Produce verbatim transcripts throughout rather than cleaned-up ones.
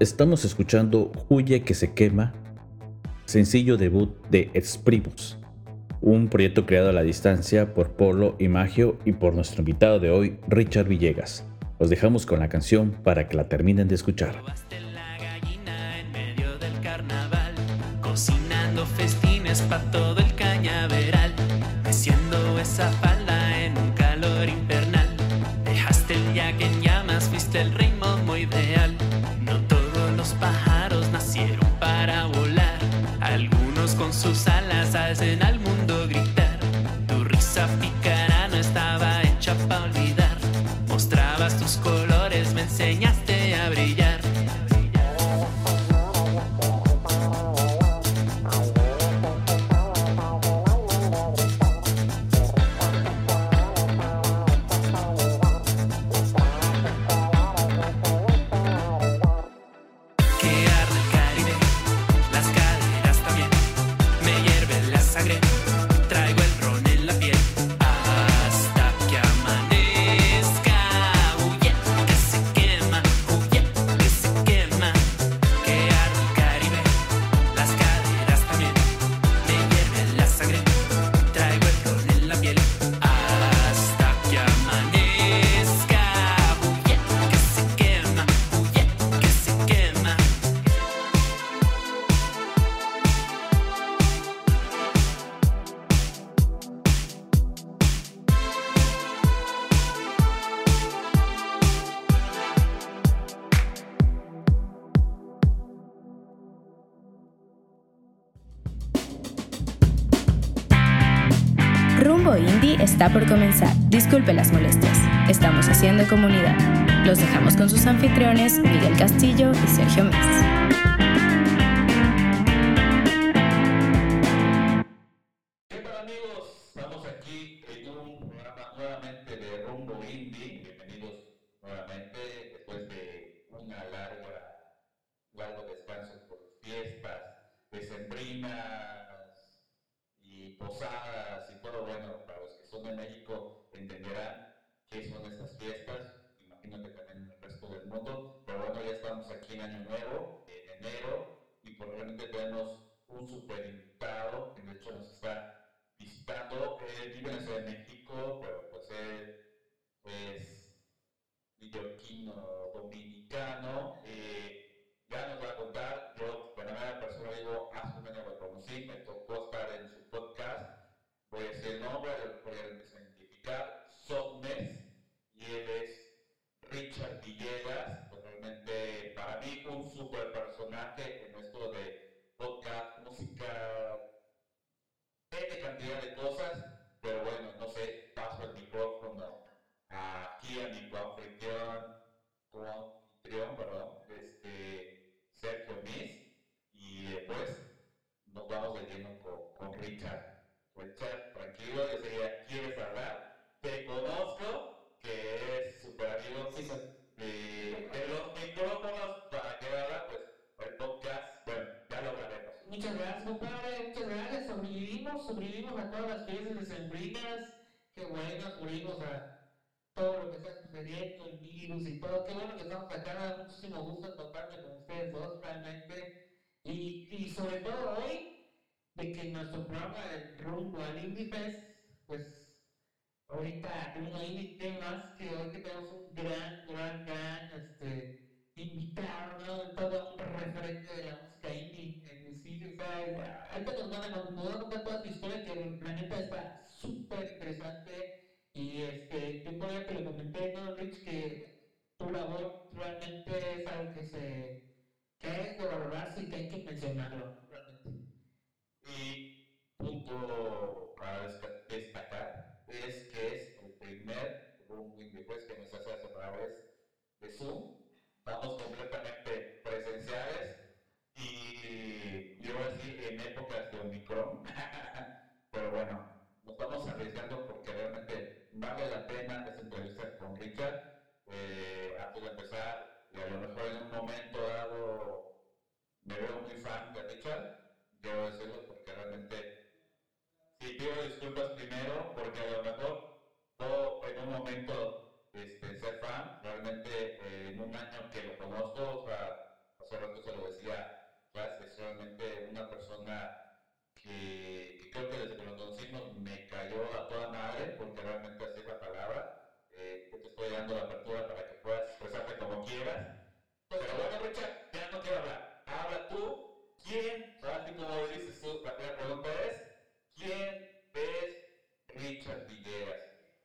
Estamos escuchando Huye que se quema, sencillo debut de Exprimos, un proyecto creado a la distancia por Polo y Magio y por nuestro invitado de hoy, Richard Villegas. Los dejamos con la canción para que la terminen de escuchar. Robaste la gallina en medio del carnaval, cocinando festines pa' todo el cañaveral, meciendo esa falda en un calor infernal. Dejaste el yaque en llamas, fuiste el ritmo ideal. No todos los pájaros nacieron para volar, algunos con sus alas hacen al mundo gritar. Tu risa pícara no estaba hecha pa' olvidar, mostrabas tus colores, me enseñaste a brillar. Rumbo Indie está por comenzar. Disculpe las molestias. Estamos haciendo comunidad. Los dejamos con sus anfitriones Miguel Castillo y Sergio Mis. ¿Qué tal, amigos? Estamos aquí en un programa nuevamente de Rumbo Indie. Bienvenidos nuevamente después de una larga, largo descanso por fiestas decembrinas y posadas y todo. Bueno, para los que son de México entenderán qué son estas fiestas. Imagino que también en el resto del mundo. Pero bueno, ya estamos aquí en Año Nuevo, en enero, y probablemente tenemos un super invitado que de hecho nos está visitando. Él vive en la Ciudad de México, pero pues él es neoyorquino dominicano. Eh, ya nos va a contar. Yo, de manera personal, digo, hace un año lo conocí, me tocó estar en su podcast. Voy a decir el nombre, voy a identificar, Sotmes, y él es Richard Villegas. Pues realmente para mí un super personaje en esto de podcast, música, N cantidad de cosas, pero bueno, no sé, paso el micrófono aquí a mi coanfitrión, coanfitrión, perdón, este, Sergio Mis, y después nos vamos de lleno con, con Richard. Richard, tranquilo, yo sé ya quieres hablar, te conozco, que es super amigo de, de los micrófonos para que habla, pues el podcast, bueno, ya lo hablaremos. Muchas gracias, compadre, muchas gracias. Sobrevivimos, sobrevivimos a todas las fiestas decembrinas. Qué bueno, sobrevivimos a todo lo que está sucediendo, el virus y todo. Qué bueno que estamos acá, me da muchísimo gusto encontrarme con ustedes dos, realmente. Y, y sobre todo hoy, de que nuestro programa de Rumbo al Indie Fest, pues ahorita Rumbo al Indie tiene más que hoy que tenemos un gran, gran, gran este, invitado, ¿no? Todo un referente de la música indie en el sitio. O sea, ahorita nos van a, nos van a contar toda su historia, que la neta está súper interesante. Y este, yo por ahí que le comenté, ¿no, Rich? Que tu labor realmente es algo que se que hay que valorarse y que hay que mencionarlo, ¿no? Realmente. Y punto para destacar es que es el primer Rumbo Indie Fest que nos hace a través de Zoom. Estamos completamente presenciales y yo así en épocas de Omicron, pero bueno, nos estamos arriesgando porque realmente vale la pena esta entrevista con Richard. Eh, antes de empezar, y a lo mejor en un momento dado me veo muy fan de Richard, debo decirlo porque realmente, sí, pido disculpas primero porque a lo mejor puedo en un momento este, ser fan, realmente eh, en un año que lo conozco, o sea, hace rato se lo decía, Raz es realmente una persona que, que creo que desde que lo conocimos me cayó a toda madre, porque realmente así es la palabra. Eh, yo te estoy dando la apertura para que puedas expresarte como quieras. Pero bueno, Richard, ya no quiero hablar. Habla tú. ¿Quién? Así como dices tú, la primera pregunta es, ¿quién es Richard Villegas?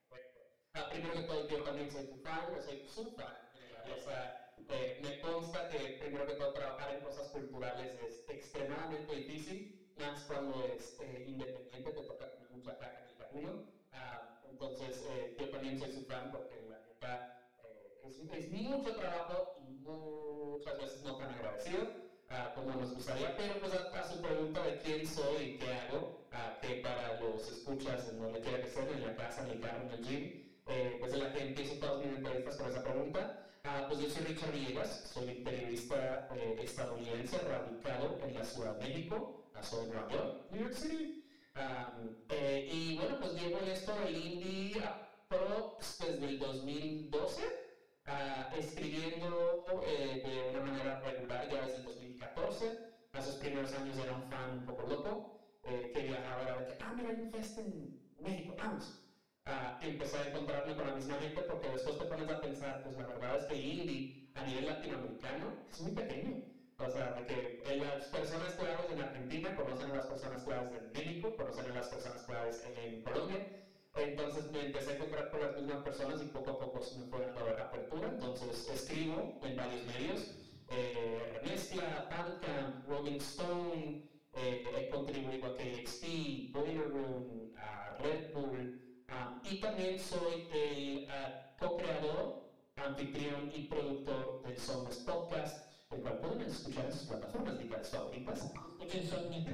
Ah, primero que todo, yo también soy tu fan, yo soy su fan. O sea, eh, me consta que primero que todo trabajar en cosas culturales es extremadamente difícil, más cuando es eh, independiente, te toca tener mucha caja en el camino. Ah, entonces, eh, yo también soy su fan porque la neta eh, es, es mucho trabajo y muchas veces no tan agradecido ah, como nos gustaría, pero pues a, a su pregunta de quién soy y qué hago, ah, que para los escuchas en donde quiera que estén, en la casa, en el carro, en el gym, eh, pues es la que empiezo todas mis entrevistas con esa pregunta. Ah, pues yo soy Richard Villegas, soy periodista eh, estadounidense radicado en la Ciudad de México, soy de Nueva York, New York City. Um, eh, y bueno, pues llevo en esto del indie aprox desde el dos mil doce, uh, escribiendo eh, de una manera regular ya desde el dos mil catorce. A sus primeros años era un fan un poco loco, eh, que viajaba a ver que, ah, mira, hay un fest en México, vamos. Uh, empecé a encontrarme con la misma gente porque después te pones a pensar, pues la verdad es que el indie a nivel latinoamericano es muy pequeño. O sea, de que las personas claves en Argentina conocen a las personas claves en México, conocen a las personas claves en Colombia. Entonces me empecé a encontrar con las mismas personas y poco a poco se me fue dando la apertura. Entonces escribo en varios medios, eh, Mezcla, Bandcamp, Rolling Stone, eh, he contribuido a K X P, Boiler Room, a Red Bull. Um, y también soy el uh, co-creador, anfitrión y productor del Songs Podcast, el cual pueden escuchar en sus plataformas digitales favoritas. Escuchen Songs.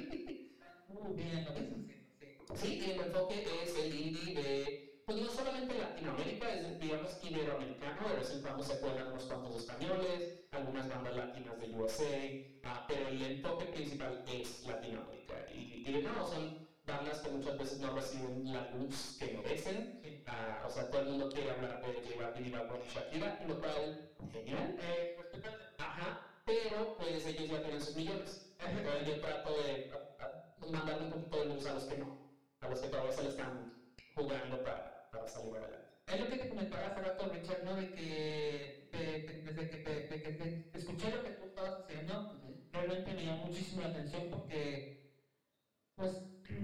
Muy bien, lo que estás haciendo, sí. Sí, el enfoque es el indie de, pues no solamente Latinoamérica, es digamos iberoamericano, de vez en cuando se cuelan unos cuantos españoles, algunas bandas latinas de U S A, uh, pero el enfoque principal es Latinoamérica. Y, y de nuevo son bandas que muchas veces no reciben la luz que merecen. Sí. Uh, o sea, todo el mundo quiere hablar de J Balvin y Bad Bunny y Shakira, y lo cual, genial. Eh, Ajá, pero pues ellos ya tienen sus millones. Entonces yo trato de uh, uh, mandarle un poquito de luz a los que no, a los que todavía se le están jugando para, para salir adelante. Es lo que te comentaba hace rato, Richard, ¿no? De que de, de, desde que te, de, de, de, de escuché lo que tú estabas haciendo, uh-huh. Realmente me llamó muchísimo la atención porque, pues,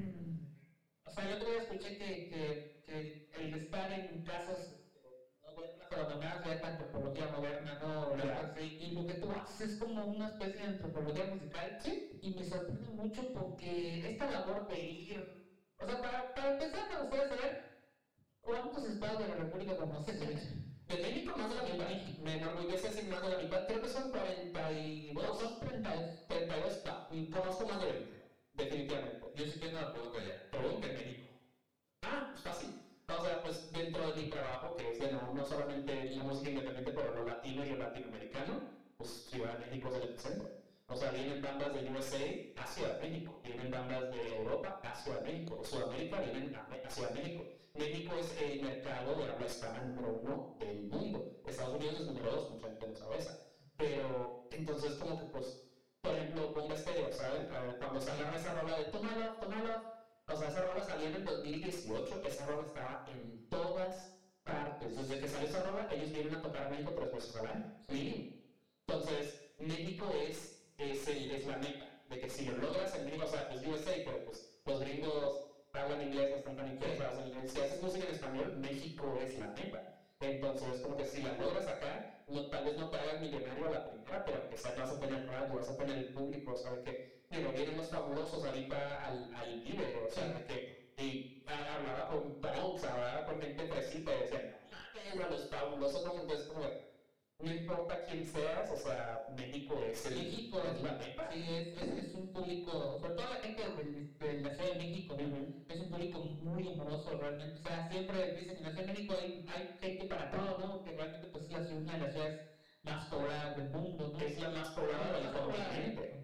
o sea, yo otro día escuché que, que, que el estar en casas abandonadas de esta antropología moderna, ¿no? Yeah. Y lo que tú haces es como una especie de antropología musical, ¿sí? Y me sorprende mucho porque esta labor de ir, o sea, para, para empezar me gustaría saber cuántos estados de la República conoces, de México más de la mitad, me enorgullece decir más de la mitad, creo que son cuarenta y dos, son treinta y dos, no, conozco más de veinte, definitivamente. Yo sí tengo una pregunta ya. Pregunta en México. Ah, pues fácil. O sea, pues dentro de mi trabajo, que es de no, no solamente la música independiente, pero lo latino y lo latinoamericano, pues Ciudad de México es el epicentro. O sea, vienen bandas de U S A a Ciudad de México, vienen bandas de Europa a Ciudad de México, Sudamérica vienen a Ciudad de México. México es el mercado de habla hispana número uno del mundo. Estados Unidos es número dos, mucha gente no sabe esa. Pero, entonces, como que, pues, por ejemplo, Bomba Estéreo, ¿saben? Cuando salió esa rola de Tómalo, Tómalo, o sea, esa rola salió en el dos mil dieciocho, esa rola estaba en todas partes. Desde que salió esa rola, ellos vienen a tocar a México tres veces al año. Sí. Entonces, México es, es, el, es la meta, de que si lo logras en México, o sea, pues U S A, pero pues los gringos hablan inglés, no están tan interesados en inglés. Si haces música en español, México es la meta. Entonces, como que si la logras acá, no, tal vez no te hagas millonario a la primera, pero quizás vas a tener radio, vas a tener el público, ¿sabes qué? Pero vienen los fabulosos ahorita al, al Vive, o sea, de que y hablaba con Bronx, hablaba con gente fresita y decían, no, los fabulosos, no, entonces como, no importa quién seas, o sea, México es el México es la meta. Sí, es, es, es un público, sobre todo la gente de, de la Ciudad de México, uh-huh. Es un público muy amoroso realmente, o sea, siempre dicen que en la Ciudad de México hay, hay gente para todo, ¿no? Que realmente pues es la ciudad, una de las ciudades más pobladas del mundo, ¿no? Es la más poblada del continente.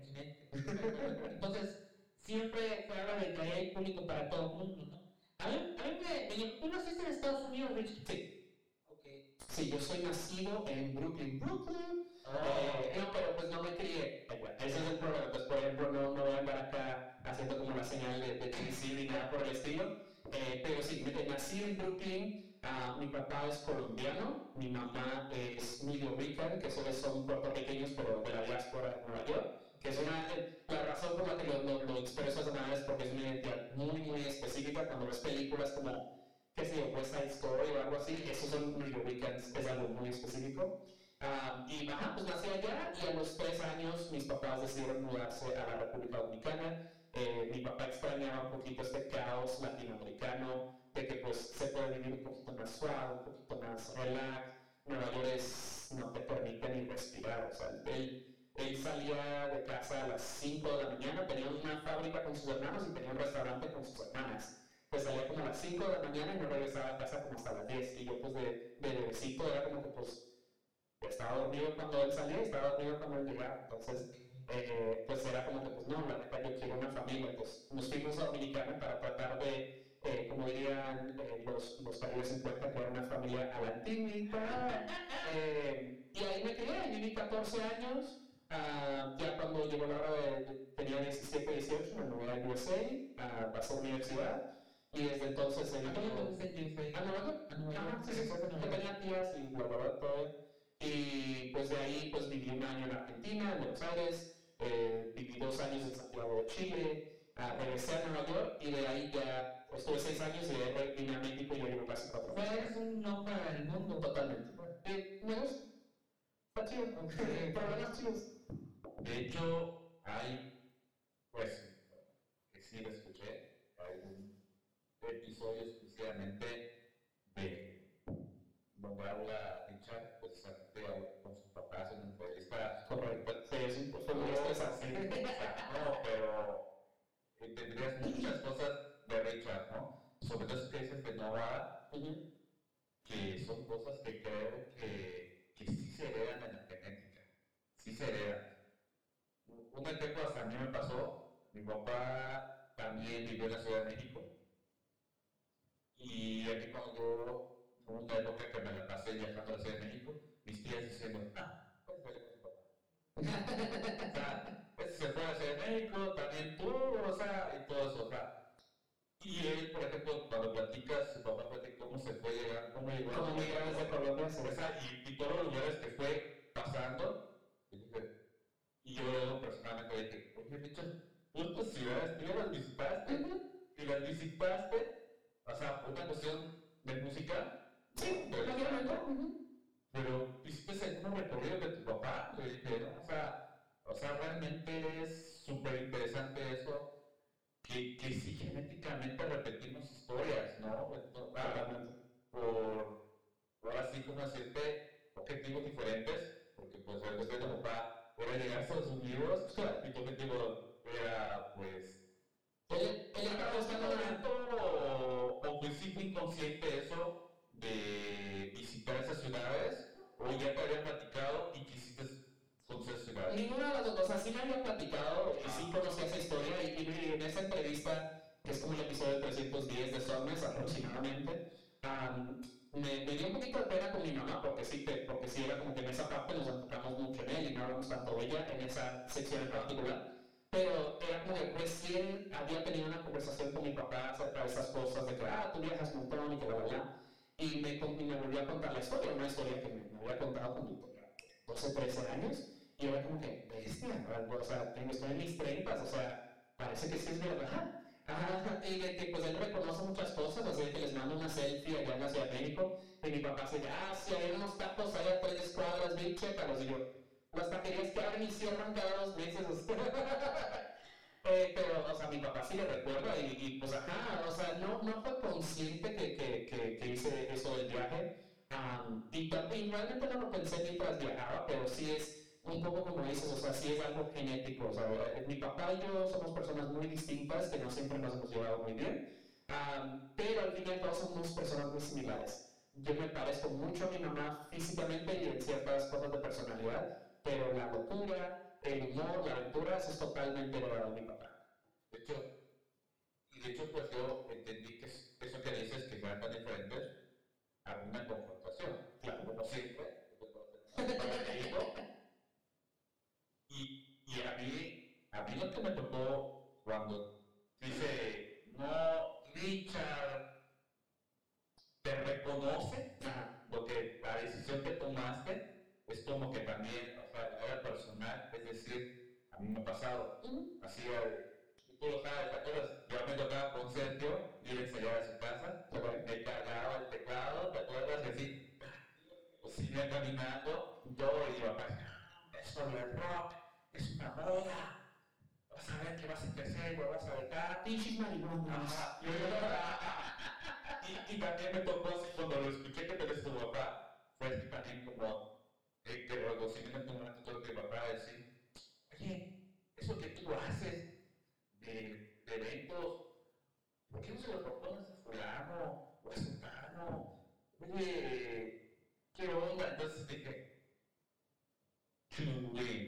Entonces, siempre se habla de que hay público para todo el mundo, ¿no? A mí, a mí me, me ¿tú naciste en Estados Unidos, Richard? Sí. Okay. Sí, yo soy nacido en Brooklyn, Brooklyn. Oh. Eh, no, pero pues eh, pero sí, me, nací en Brooklyn, uh, mi papá es colombiano, mi mamá es Middle Rican, que son, son puertorriqueños pero de la diáspora de Nueva York, que es una, eh, la razón por la que lo, lo, lo expreso de esa manera es porque es una identidad muy, muy específica. Cuando ves películas como, qué sé yo, West Side Story o algo así, esos son Middle Ricans, es algo muy específico. Uh, y ajá, pues nací allá y a los tres años mis papás decidieron mudarse a la República Dominicana. Eh, mi papá extrañaba un poquito este caos latinoamericano, de que pues se puede vivir un poquito más suave, un poquito más relax. Nueva York es, no te permite ni respirar, o sea, él, él salía de casa a las cinco de la mañana, tenía una fábrica con sus hermanos y tenía un restaurante con sus hermanas. Pues salía como a las cinco de la mañana y no regresaba a casa como hasta las diez, y yo pues de, de bebecito era como que pues estaba dormido cuando él salía y estaba dormido cuando él llegaba, entonces eh, pues era como que pues no, la neta yo quiero una familia, pues nos fuimos a Dominicana para tratar de, eh, como dirían eh, los, los padres en cuenta, crear una familia a la antigüita, eh, y ahí me crié, viví catorce años, uh, ya cuando llegó la hora de, de tenía diecisiete, dieciocho, me mudé a U S A, uh, pasé a universidad, y desde entonces se ¿A dónde te fuiste? ¿A Nueva York? ¿A Nueva York? Ajá, sí, sí, sí, que tenía tías y la verdad todo. Y pues de ahí pues viví un año en Argentina, en Buenos Aires, eh, viví dos años en Santiago de Chile, uh, regresé a Nueva York y de ahí ya estuve seis años y de ahí vine a México y ya llevo casi cuatro años. Eres un nómada del mundo. Totalmente. Eh, ¿Me gusta? Está chido. Problemas chidos. De hecho, hay, pues, que sí lo escuché, hay un episodio exclusivamente de donde habla Richard, precisamente con sus papás en una entrevista. Correcto. Sí, sí, pues fue muy No, estresante. sí, o sea, no, pero tendrías muchas cosas de Richard, ¿no? Sobre todo que dices de Nova, Uh-huh. que son cosas que creo que, que sí se heredan en la genética, sí se heredan. Un ejemplo hasta a mí me pasó, mi papá también vivió en la Ciudad de México, y aquí cuando yo, hubo una época que me la pasé viajando a la Ciudad de México, mis tías diciendo, ah, pues vaya con tu papá. O sea, ese se fue a la Ciudad de México, también tú, o sea, y todo eso, o sea. Y él, por ejemplo, cuando platicas, su papá platica cómo se fue llegar, cómo llegó a Como migrantes de Colombia, sí. y, y todos los lugares que fue pasando, y, dije, y yo personalmente dije, oye, Richard, tú estas ciudades, tú ya las visitaste, y las visitaste, o sea, por una cuestión de música, Sí, pero, prácticamente. Uh-huh. pero hiciste el mismo recorrido que tu papá, le dije, ¿no? O sea, o sea, realmente es súper interesante eso. Que, que sí genéticamente repetimos historias, ¿no? Claramente. Por, ahora sí, como decirte, objetivos diferentes, porque pues el objetivo de mi papá era llegar a Estados Unidos, y tu objetivo era, pues, Él estaba buscando momento, o, o pues sí fue inconsciente eso de visitar esas ciudades, o ya te habían platicado y quisiste conocer ciudades. Ninguna de las dos, o sea, sí me había platicado y sí conocía esa historia, y, y en esa entrevista, que es como el episodio trescientos diez de Somers aproximadamente, um, me, me dio un poquito de pena con mi mamá, porque sí, porque sí era como que en esa parte nos enfocamos mucho en él y no hablamos tanto de ella en esa sección en particular, pero era como que recién había tenido una conversación con mi papá acerca de esas cosas, de que, ah, tú viajas un montón y que bla, bla, bla, y me, y me volvió a contar la historia, una historia que me, me había contado con mi papá doce, trece años. Y yo era como que, bestia, o sea, tengo, estoy en mis treintas, o sea, parece que sí es verdad. Ajá, y de que pues él reconoce muchas cosas, así que les mando una selfie allá en la Ciudad de México, y mi papá se dice, ah, si hay unos tacos ahí a tres cuadras, bien chécalos, y yo, las taquerías que abren y cierran cada dos meses, o sea, eh, pero, o sea, mi papá sí le recuerda, y, y pues ajá, o sea, no, no fue consciente que, que, que, que hice eso del viaje, um, y, y realmente no lo pensé mientras viajaba, pero sí es un poco como dices, o sea, sí es algo genético, o sea, mi papá y yo somos personas muy distintas que no siempre nos hemos llevado muy bien, um, pero al fin y al cabo somos personas muy similares. Yo me parezco mucho a mi mamá físicamente y en ciertas cosas de personalidad, pero la locura, el humor, la aventura, eso es totalmente heredado de mi papá. De hecho, y de hecho, pues yo entendí que eso que dices, que sean tan diferentes, a una confrontación, claro, como siempre, Y, y a mí, a mí lo que me tocó cuando dice, no, Richard, como que también, o sea, de manera personal, es decir, a mí me ha pasado, Ujú. hacía, tú lo sabes, ¿te acuerdas? Yo me tocaba con Sergio, ir a ensayar a su casa, Ok. me cargaba el teclado, ¿te acuerdas? Y así, pues iba caminando, yo y mi papá, eso del rock es una moda. Vas a ver que vas a crecer, lo vas a dejar. Pinches marihuanas. Ajá. Y, y también me tocó así cuando lo escuché que te ves tu papá. Fue así también como eh, que lo cociné en un momento todo que mi papá decir, oye, eso que tú haces de, de eventos, ¿por qué no se lo propones a fulano o a sultano? Oye, ¿qué onda? Entonces dije, chulín.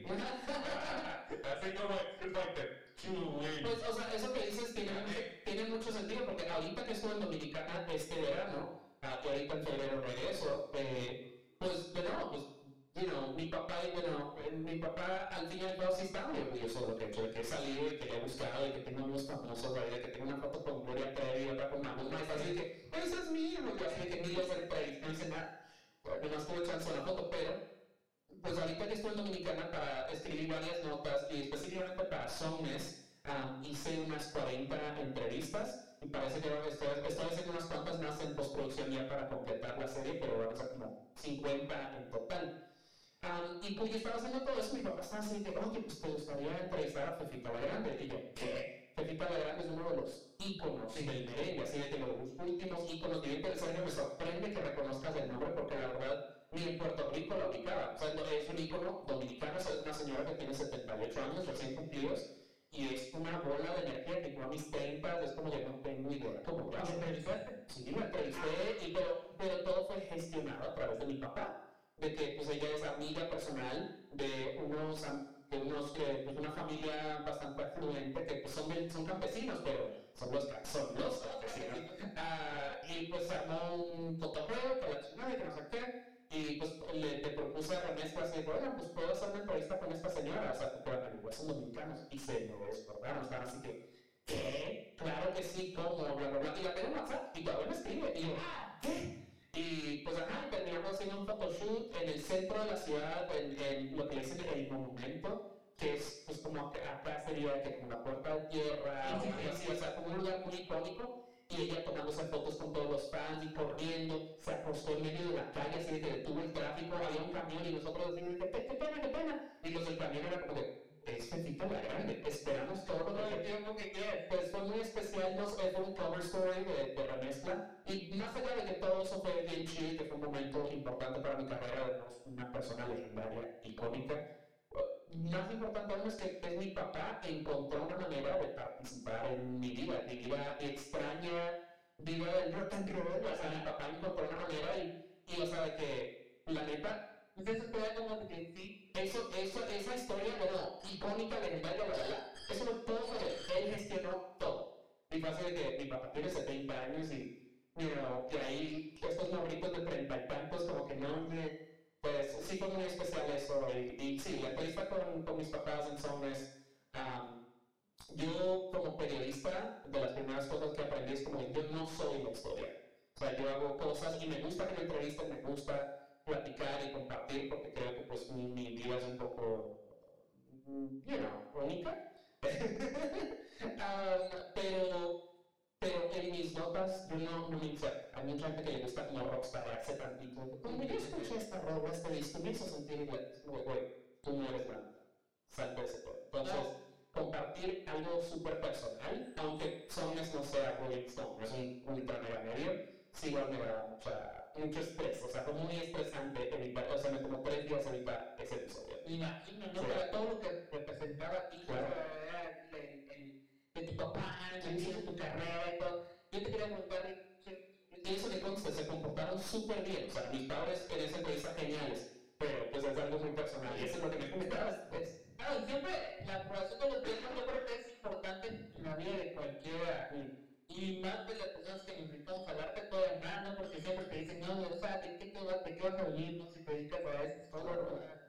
Así como es like chulín. Pues, o sea, eso que dices tiene, tiene mucho sentido, porque ahorita que estuve en Dominicana este verano, ah, que ahorita en febrero regreso, eh, pues, de nuevo, pues, you know, mi papá, y bueno, eh, mi papá al fin y al cabo sí está muy orgulloso de lo que he hecho, de que he salido, de que le he buscado, de que tengo amigos famosos, de que tengo una foto con Gloria Trevi y otra con Mamus Maíz, así de que, esa es mi hijo, yo así de que ni los del país, no hice nada, no más tuve chance de la foto, pero pues ahorita que estoy en Dominicana para escribir varias notas y específicamente para Somnes, um, hice unas cuarenta entrevistas y parece que estoy, estoy haciendo unas cuantas más en postproducción ya para completar la serie, pero van a ser como cincuenta en total. Um, y pues yo estaba haciendo todo eso y mi papá estaba así de, oye, pues te gustaría entrevistar a Fefita la Grande. Y yo, ¿qué? Fefita la Grande es uno de los íconos del merengue, así de que los últimos íconos de interesante. Me sorprende que reconozcas el nombre porque la verdad ni en Puerto Rico la ubicaba. O sea, es un ícono dominicano, es una señora que tiene setenta y ocho años recién cumplidos y es una bola de energía que yo a mis treinta es como ya no tengo ni idea cómo lo hace. ¿La entrevistaste? Sí, la entrevisté, y, pero, pero todo fue gestionado a través de mi papá. De que pues ella es amiga personal de unos, de unos eh, pues una familia bastante afluente que pues son, de, son campesinos, pero son los, son los campesinos. Ah, y pues se armó un cotorreo que la chingada, que no sé qué, y pues le, le propuse a remezclas y dijo, oigan, pues puedo hacer una entrevista con esta señora, o sea, porque eran amigos, son dominicanos, y se lo desbordaron, estaban así que, ¿qué? Claro que sí, ¿cómo? Bla, bla, bla, y la tengo en WhatsApp, y todavía me escribe, y yo, ¿qué? Y pues ajá, terminamos haciendo un photoshoot en el centro de la ciudad, en, en lo que dicen el monumento, que es pues como acá sería que como una puerta de tierra, Sí, sí, sí. así, o sea, como un lugar muy icónico, y ella tomándose fotos con todos los fans y corriendo, se acostó en medio de la calle, así de que detuvo el tráfico, había un camión y nosotros decimos, qué, qué pena, qué pena, y los del camión era como de, es Fefita la Grande, esperamos todo el tiempo que quieras. Pues fue muy especial, nos fue un cover story de, de remezcla, y más allá de que todo eso fue bien chido, que fue un momento importante para mi carrera, de una persona legendaria, icónica, más importante aún es que es mi papá que encontró una manera de participar en mi vida, mi vida extraña, vida del rock and roll, o sea, mi papá encontró una manera y, y o sea, de que, la neta, Pues eso te da como de que sí. eso, eso, esa historia, bueno, icónica, legendaria, la verdad, eso no todo fue él, él gestionó todo. Y pasa de que mi papá tiene setenta años y, you know, que ahí estos morritos de treinta y tantos como que no, pues sí fue muy especial eso. Y, y sí, la entrevista con, con mis papás en Somnes, um, yo como periodista, de las primeras cosas que aprendí es como yo no soy la historia. O sea, yo hago cosas y me gusta que me entrevisten, me gusta platicar y compartir porque creo que pues mi, mi vida es un poco, you know, única. um, pero, pero en mis notas yo no, no me inserto. Hay mucha gente que le gusta como rockstararse tantito. Como yo escuché esta rola, este disco, me hizo sentir, güey, güey, tú no eres nada. Salte de ese tema. Entonces, compartir algo súper personal, aunque Somnes no sea Rolling Stone, es un ultra mega medio, sí igual me da mucha, mucho estrés, o sea, fue muy estresante editar, o sea, me tomó tres días editar ese episodio. Me imagino, ¿no? Sí. Para todo lo que representaba a ti, Claro. o sea, el, el, el, de tu papá, el inicio de tu carrera y todo. Yo te quería preguntar, Y eso que conste, se comportaron súper bien, o sea, mis padres en esa entrevista geniales, pero pues es algo muy personal y eso es lo que me generaba estrés. claro, siempre la aprobación de los viejos yo creo que es importante en la vida de cualquiera. Y más de las personas que nos dedicamos a hablarte todo el ¿no? Porque siempre te dicen, no, o sea, ¿de qué te vas, de qué vas a vivir, no? Si te dedicas a esto, todo, ¿no?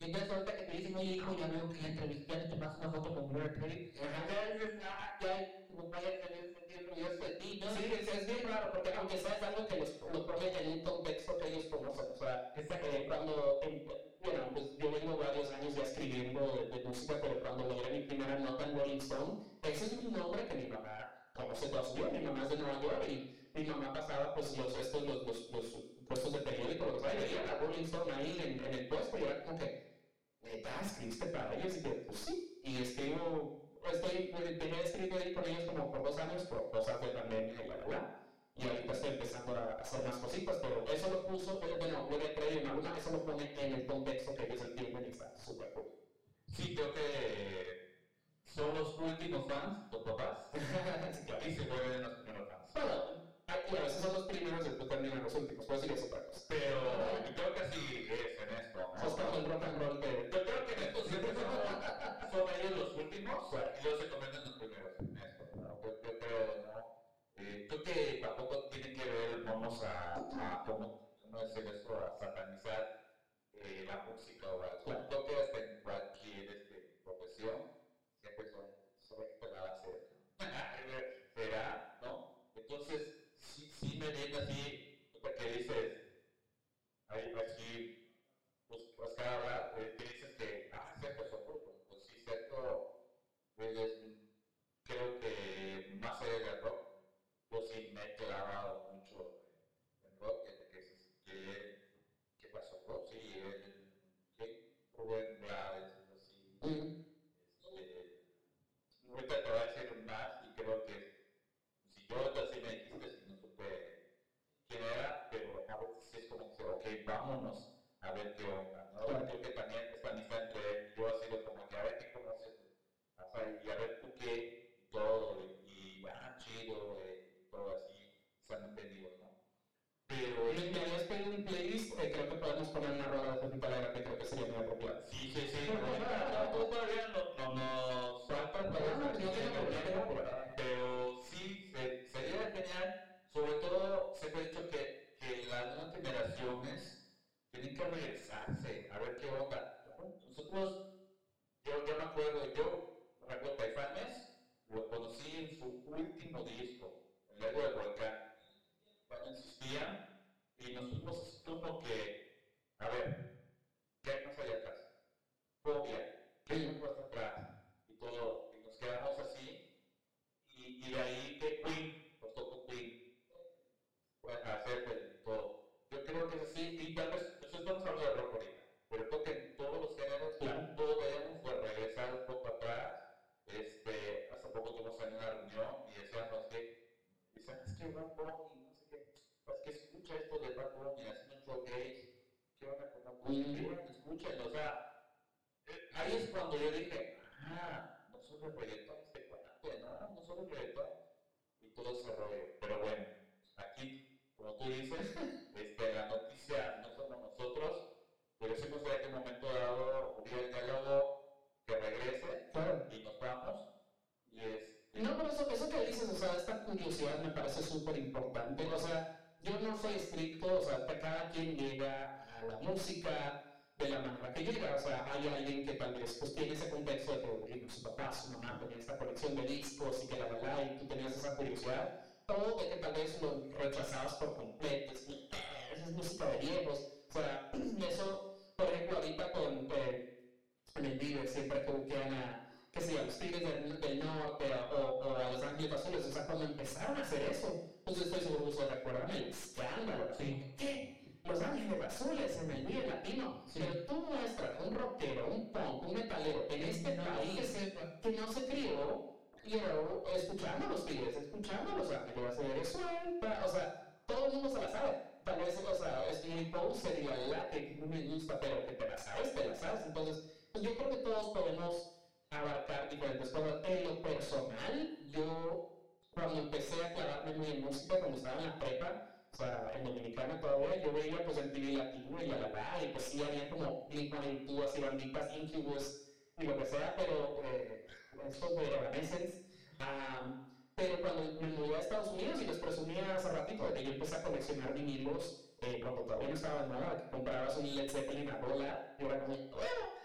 Y entonces ahorita que te dicen, oye hijo, ya veo que ya entrevisté, ya te paso una foto con Brad Pitt. Ya dices, ah, ya, como vaya a tener sentido orgulloso de ti, ¿no? Sí, es, es bien raro, porque aunque sea es algo que los, los ponen en un contexto que ellos conocen, o sea, eh, cuando, eh, bueno, pues yo vengo varios años ya escribiendo de, de música, pero cuando logré mi primera nota en Rolling Stone, ese es un nombre que mi mamá conoce toda su vida, mi mamá es de Nueva York y mi mamá pasaba pues los, estos, los, los, los puestos de periódico, los y veía a Rolling Stone ahí en, en el puesto y era como que, ¿neta escribiste para ellos? Y yo, pues sí, y escribo, estoy, venía escribiendo ahí con ellos como por dos años por cosas de pandemia y la verdad. Y ahorita estoy empezando a hacer más cositas, pero eso lo puso, bueno, Gloria Trevi en alguna, eso lo pone en el contexto que ellos entienden y está súper cool. Sí, creo que son los últimos fans, los papás, y se vuelven los primeros fans. Bueno, a veces son los primeros y después terminan los últimos, puedo decir eso otra cosa. Pero yo creo que así es en esto, ¿no? Es como el rock and roll que... Yo creo que en esto siempre son, son ellos los últimos y ellos se convierten los primeros en esto, ¿no? Yo, yo creo, ¿no? Eh, creo que tampoco tiene que ver, vamos a, a ¿cómo no decir esto? A satanizar eh, la música o algo. Claro. Creo que hasta en cualquier este, profesión siempre son sobreesperadas, ¿será? ¿No? Entonces, sí, sí me viene así, porque dices, ahí así, pues, pues cada vez que dices que, ah, cierto, eso, pues, pues sí, cierto, pues, creo que más allá del rock, yo sí me he clavado mucho en rock, que dices, ¿qué, qué pasó? ¿No? Sí, el, ¿qué? Rubén Blades, así, mm. este, ahorita te voy a decir más y creo que si yo ahorita sí me dijiste, si no supe quién era, pero a veces sí es como que, ok, vámonos a ver qué onda, ¿no? Claro. Creo que también esta amistad entre yo ha sido como que a ver qué conoces, o sea, y a ver tú qué, y todo, y, y ah, chido, y todo así, se han entendido, ¿no? Pero me, me habías pedido un playlist, eh, creo que podemos poner una rola de Felipe Alegre, que creo que sería muy apropiado. Sí, sí, sí, no, todavía no, no nos falta, no, no tiene problema, pero sí, se, sería genial, sobre todo, se ha dicho que, que las nuevas generaciones tienen que regresarse, a ver qué onda. Nosotros, yo, yo me acuerdo, yo recuerdo Caifanes, lo conocí en su último disco, El Ego del Volcán, cuando insistía, y nos fuimos como que, a ver, ¿qué hay más allá atrás? Fobia, ¿qué hay más atrás? Y todo, y nos quedamos así, y, y de ahí que Queen, nos tocó Queen, bueno, hacer el, todo. Yo creo que es así, y tal vez, nosotros estamos hablando de rock ahorita, pero creo que en todos los géneros, claro, todos debemos de regresar un poco atrás. Este, hace poco tuvimos en una reunión y decíamos que, dicen, es que Bad Bunny, no sé qué, es que escucha esto de Bad Bunny, haciendo un showcase, ¿qué onda con Bad Bunny? Escúchenlo, o sea, eh, ahí es cuando yo dije, ah, no solo el reggaetón, este cuate, no, no solo el reggaetón, y todo ese rollo, pero bueno, aquí, como tú dices, este, la noticia no somos nosotros, pero sí me gustaría que en un momento dado hubiera el diálogo que regrese, claro, y nos vamos. Y es... No, pero eso, eso que dices, o sea, esta curiosidad me parece súper importante. O sea, yo no soy estricto, o sea, cada quien llega a la música de la manera que llega. O sea, hay alguien que tal vez pues, tiene ese contexto de que su papá, su mamá tenía esta colección de discos y que la verdad, y tú tenías esa curiosidad. O de que tal vez lo rechazabas por completo, es que esa es música de viejos. O sea, eso, por ejemplo, ahorita con. Eh, en el Vive, siempre que buscan a, qué sé yo, a los Tigres del, del Norte o, o a Los Ángeles Azules, o sea, cuando empezaron a hacer eso, pues estoy seguro que ustedes recuerdan el escándalo, así, ¿qué? Los Ángeles Azules en el Vive Latino, sí. Pero tú muestras un rockero, un punk, un metalero en este no, país que, que no se crió, you know, escuchando a los Tigres, escuchando a Los Ángeles Azules, suelta, o sea, todo el mundo se la sabe. Tal vez, o sea, es muy poser y la verdad que no me gusta, pero que te la sabes, te la sabes, entonces... Pues yo creo que todos podemos abarcar diferentes cosas. En lo personal, yo cuando empecé a clavarme muy en música, cuando estaba en la prepa, o sea, en Dominicana todavía, yo veía pues el T V latino y la la y pues sí había como Blink one eighty-two, así banditas, Incubus y lo que sea, pero eh, estos de Evanescence. Um, pero cuando me mudé a Estados Unidos y les presumía hace ratito de que yo empecé a coleccionar vinilos, eh, cuando todavía no estaba nada, que comprabas un Led Zeppelin a dólar, y ahora como, bueno,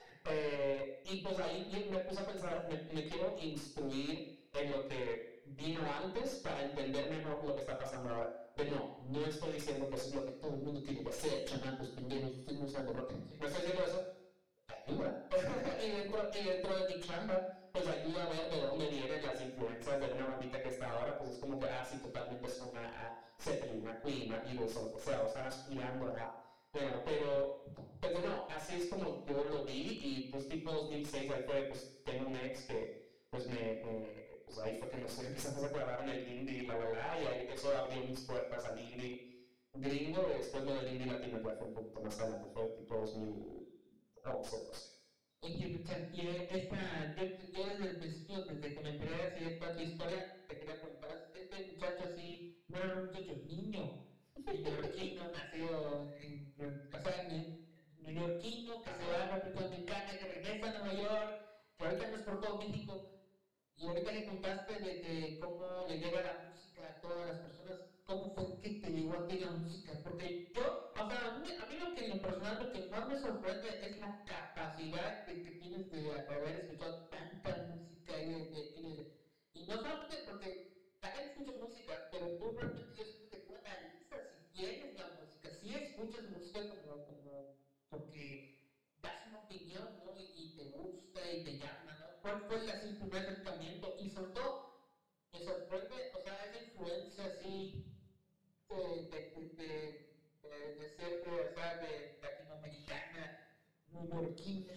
instruir en lo que vino antes para entender mejor lo que está pasando ahora. Pero no, no estoy diciendo que eso es lo que todo el mundo tiene que hacer, chamacos, pendejos, ustedes no saben rock. No estoy diciendo eso. Ayuda. y, dentro, y dentro de mi chamba, pues ayuda a ver de dónde vienen las influencias de una bandita que está ahora, pues es como que, ah, sí, totalmente son a Zeppelin, a Queen, a Beatles, o lo que sea, o están aspirando a... Bueno, pero, pero no, así es como yo lo vi, y pues tipo dos mil seis, ahí fue, pues tengo un ex que, pues me, me pues ahí fue que nos empezamos a clavar en el indie y la verdad, y ahí eso abrió mis puertas al indie gringo, y después lo del indie latino ya fue un poquito más adelante, fue tipo dos mil once, no sé. Oye, Richard, y esta, yo, yo desde el principio, desde que me enteré así de toda tu historia, te quería preguntar, este muchacho así, no era un muchacho niño, neoyorquino, nacido en, o sea, en, neoyorquino, que se va a la República Dominicana, que regresa a Nueva York, que ahorita no es por todo México, y ahorita le contaste de que cómo le llega la música a todas las personas, cómo fue que te llegó a ti la música, porque yo, o sea, a mí, a mí lo que en lo personal, lo que más me sorprende es la capacidad de que tienes de haber escuchado tanta música y, de, de, y, de, y no solamente porque también escuchas música, pero tú realmente yo siento que tú analizas si tienes la música, si escuchas música como, como porque das una opinión, ¿no? Y, y te gusta y te llama, ¿no? ¿Cuál fue así, el primer acercamiento? Y sobre todo, me sorprende, o sea, esa influencia así de, de, de, de, de, de ser, de, o sea, de latinoamericana, neoyorquina,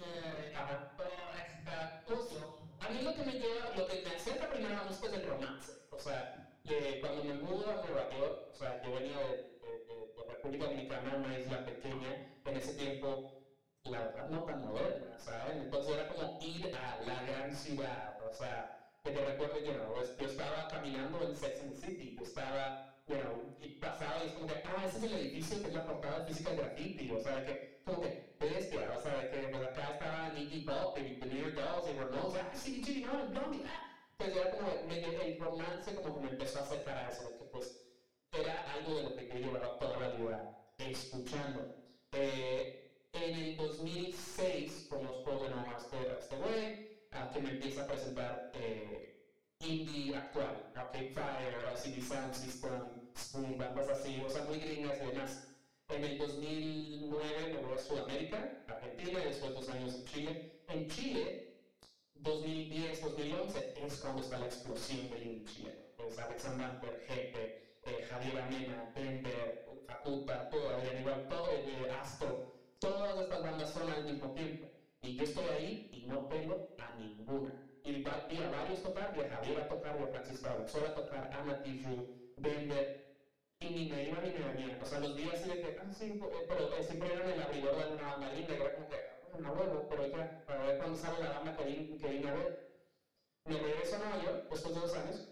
toda esta cosa. A mí lo que me lleva, lo que me acerca primero a la música es el romance. O sea, de, cuando me mudo a Nueva York, o sea, yo venía de, de, de, de República Dominicana, una isla pequeña, en ese tiempo, la verdad, no tan moderna, ¿saben? Entonces era como ir a la gran ciudad, o sea, que te recuerdo, you know, yo estaba caminando en Sex and the City, yo estaba, you know, y pasaba y es como que, ah, ese es el edificio que es la portada de Physical Graffiti, o sea, que, como que, bestia, o sea, que pues acá estaba Iggy Pop y The New Dolls y Ramones, ah, sí, sí, no, el Blondie, ah, pues era como, me, el romance como que me empezó a acercar a eso, que pues, era algo de lo que yo llevaba toda la vida escuchando. Eh, En el dos mil seis conozco de nuevo a este, a este güey, a que me empieza a presentar eh, indie actual, Arcade Fire, C D Sound System, Spoon, bandas así, o sea, muy gringas y demás. En el dos mil nueve me voy a Sudamérica, Argentina, y después dos años en Chile. En Chile, dos mil diez, dos mil once, es cuando está la explosión del indie chileno. Pues Alexander Jefe, eh, Javier Amena, Bender, Facuta, todo, Adrián Igual, todo, eh, Astro. Todas estas bandas son al mismo tiempo. Y yo estoy ahí y no pego a ninguna. Y vi a varios tocar, vi a Javier a tocar, vi a Francisco Alexor a tocar, Ana Tijoux, Bender, y ni me iba ni me venía. O sea, los días así de que, ah, sí, pero eh, siempre eran el abridor de una banda gringa, y era como que, no vuelvo, pero ya, para ver cuándo sale la banda que vine, que vine a ver. Me regreso a Nueva York después de dos años,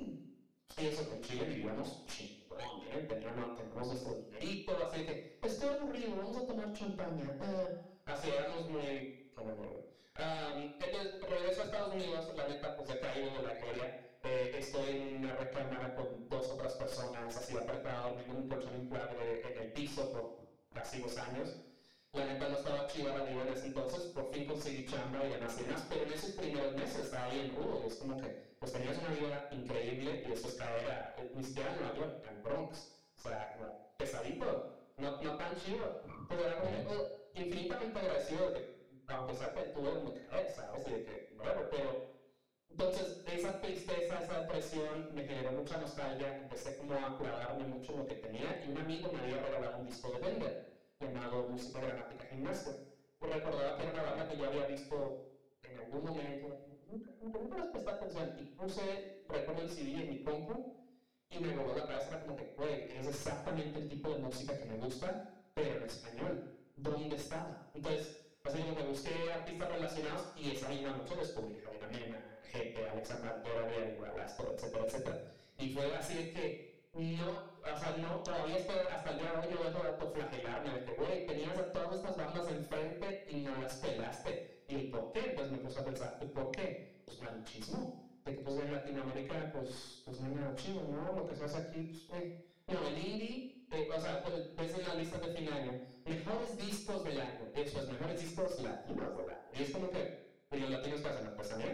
y eso que en Chile vivíamos chingón, ¿eh? Teníamos, teníamos nuestro dinerito, así que, estoy aburrido, vamos a tomar champaña. Uh, así éramos muy, como, um, entonces regreso a Estados Unidos, la neta, pues he caído de la gloria. Eh, estoy en una recámara con dos otras personas, así apretado, ningún colchón inflable en el piso por casi dos años. La neta no estaba chiva la vida en ese entonces, por fin conseguí chamba y demás y demás, pero en esos primeros meses estaba bien rudo, es como que pues tenías una vida increíble y después caer a, ni siquiera en Nueva York, en Bronx, o sea, como pesadito, no, no tan chido, pero era como infinitamente agradecido de que, a pesar que tuve donde caer, ¿sabes? Y de que, bueno, pero entonces esa tristeza, esa depresión me generó mucha nostalgia, empecé como a clavarme mucho en lo que tenía y un amigo me había regalado un disco de Bender llamado Música Gramática Gimnasia. Pues recordaba que era una banda que yo había visto en algún momento, nunca, nunca les presté atención, y puse, recuerdo el C D en mi compu, y me voló la cabeza, era como que, güey, es exactamente el tipo de música que me gusta, pero en español, ¿dónde está? Entonces, así como que busqué artistas relacionados, y esa misma noche descubrí Javier Amena, Jefe, Alexander Dora, igual, Astro, etcétera, etcétera. Y fue así de que, no, o sea, no, todavía estoy, hasta el día de hoy yo dejo de autoflagelarme, de que, güey, tenías a todas estas bandas enfrente y no las pelaste. ¿Y el por qué? Pues me puse a pensar, ¿y por qué? Pues malichismo. De que pues en Latinoamérica, pues, pues no me da chido, ¿no? Lo que se hace aquí, pues, güey. No, el indie, eh, o sea, pues, ves en la lista de fin de año, mejores discos del año, eso es, mejores discos latinos del año. Y es como que, ¿y los latinos qué hacen? Pues también.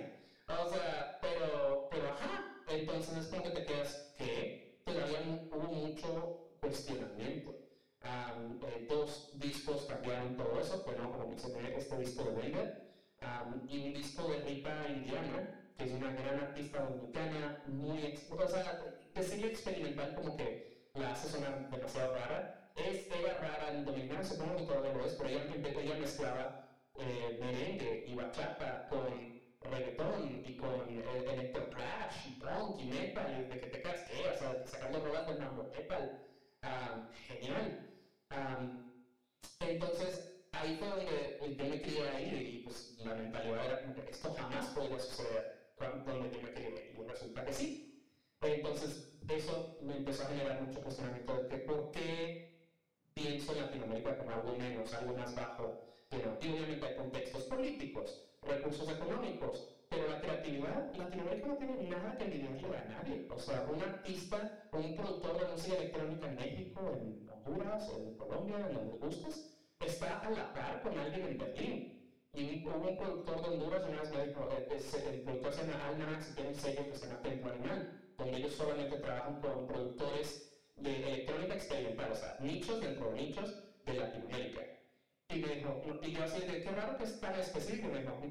O sea, pero, pero ajá, entonces es como que te quedas, ¿qué? Todavía hubo mucho cuestionamiento. Um, eh, dos discos cambiaron todo eso, bueno, como mencioné, este disco de Vega, um, y un disco de Rita Indiana, que es una gran artista dominicana, muy, o sea, decirle experimental como que la hace sonar demasiado rara. Es, era rara en dominicana, supongo que todavía lo es, pero ella, ella mezclaba eh, merengue y bachata con reggaetón y con eh, electroclash y punk y metal, y de que te casqué, o sea, sacando rolas del mambo metal. Um, genial. Um, entonces, ahí fue donde yo me quería ir y pues la mentalidad era como que esto jamás podría suceder donde yo me quería ir, y resulta que sí. Entonces, eso me empezó a generar mucho cuestionamiento de que por qué pienso en Latinoamérica como algo menos, algo más bajo, pero y obviamente hay contextos políticos, recursos económicos, pero la creatividad, Latinoamérica no tiene nada que envidiarle a nadie. O sea, un artista o un productor de música electrónica en México, en Honduras, en Colombia, en donde gustes, está a la par con alguien en Berlín. Y hubo un productor de Honduras, una vez me dijo, es, el productor se llama Almanax y tiene un sello que se llama Templo Animal, donde ellos solamente trabajan con productores de electrónica experimental, o sea, nichos dentro de nichos de Latinoamérica. Y me dijo, y yo así de, qué raro que es tan específico, me dijo,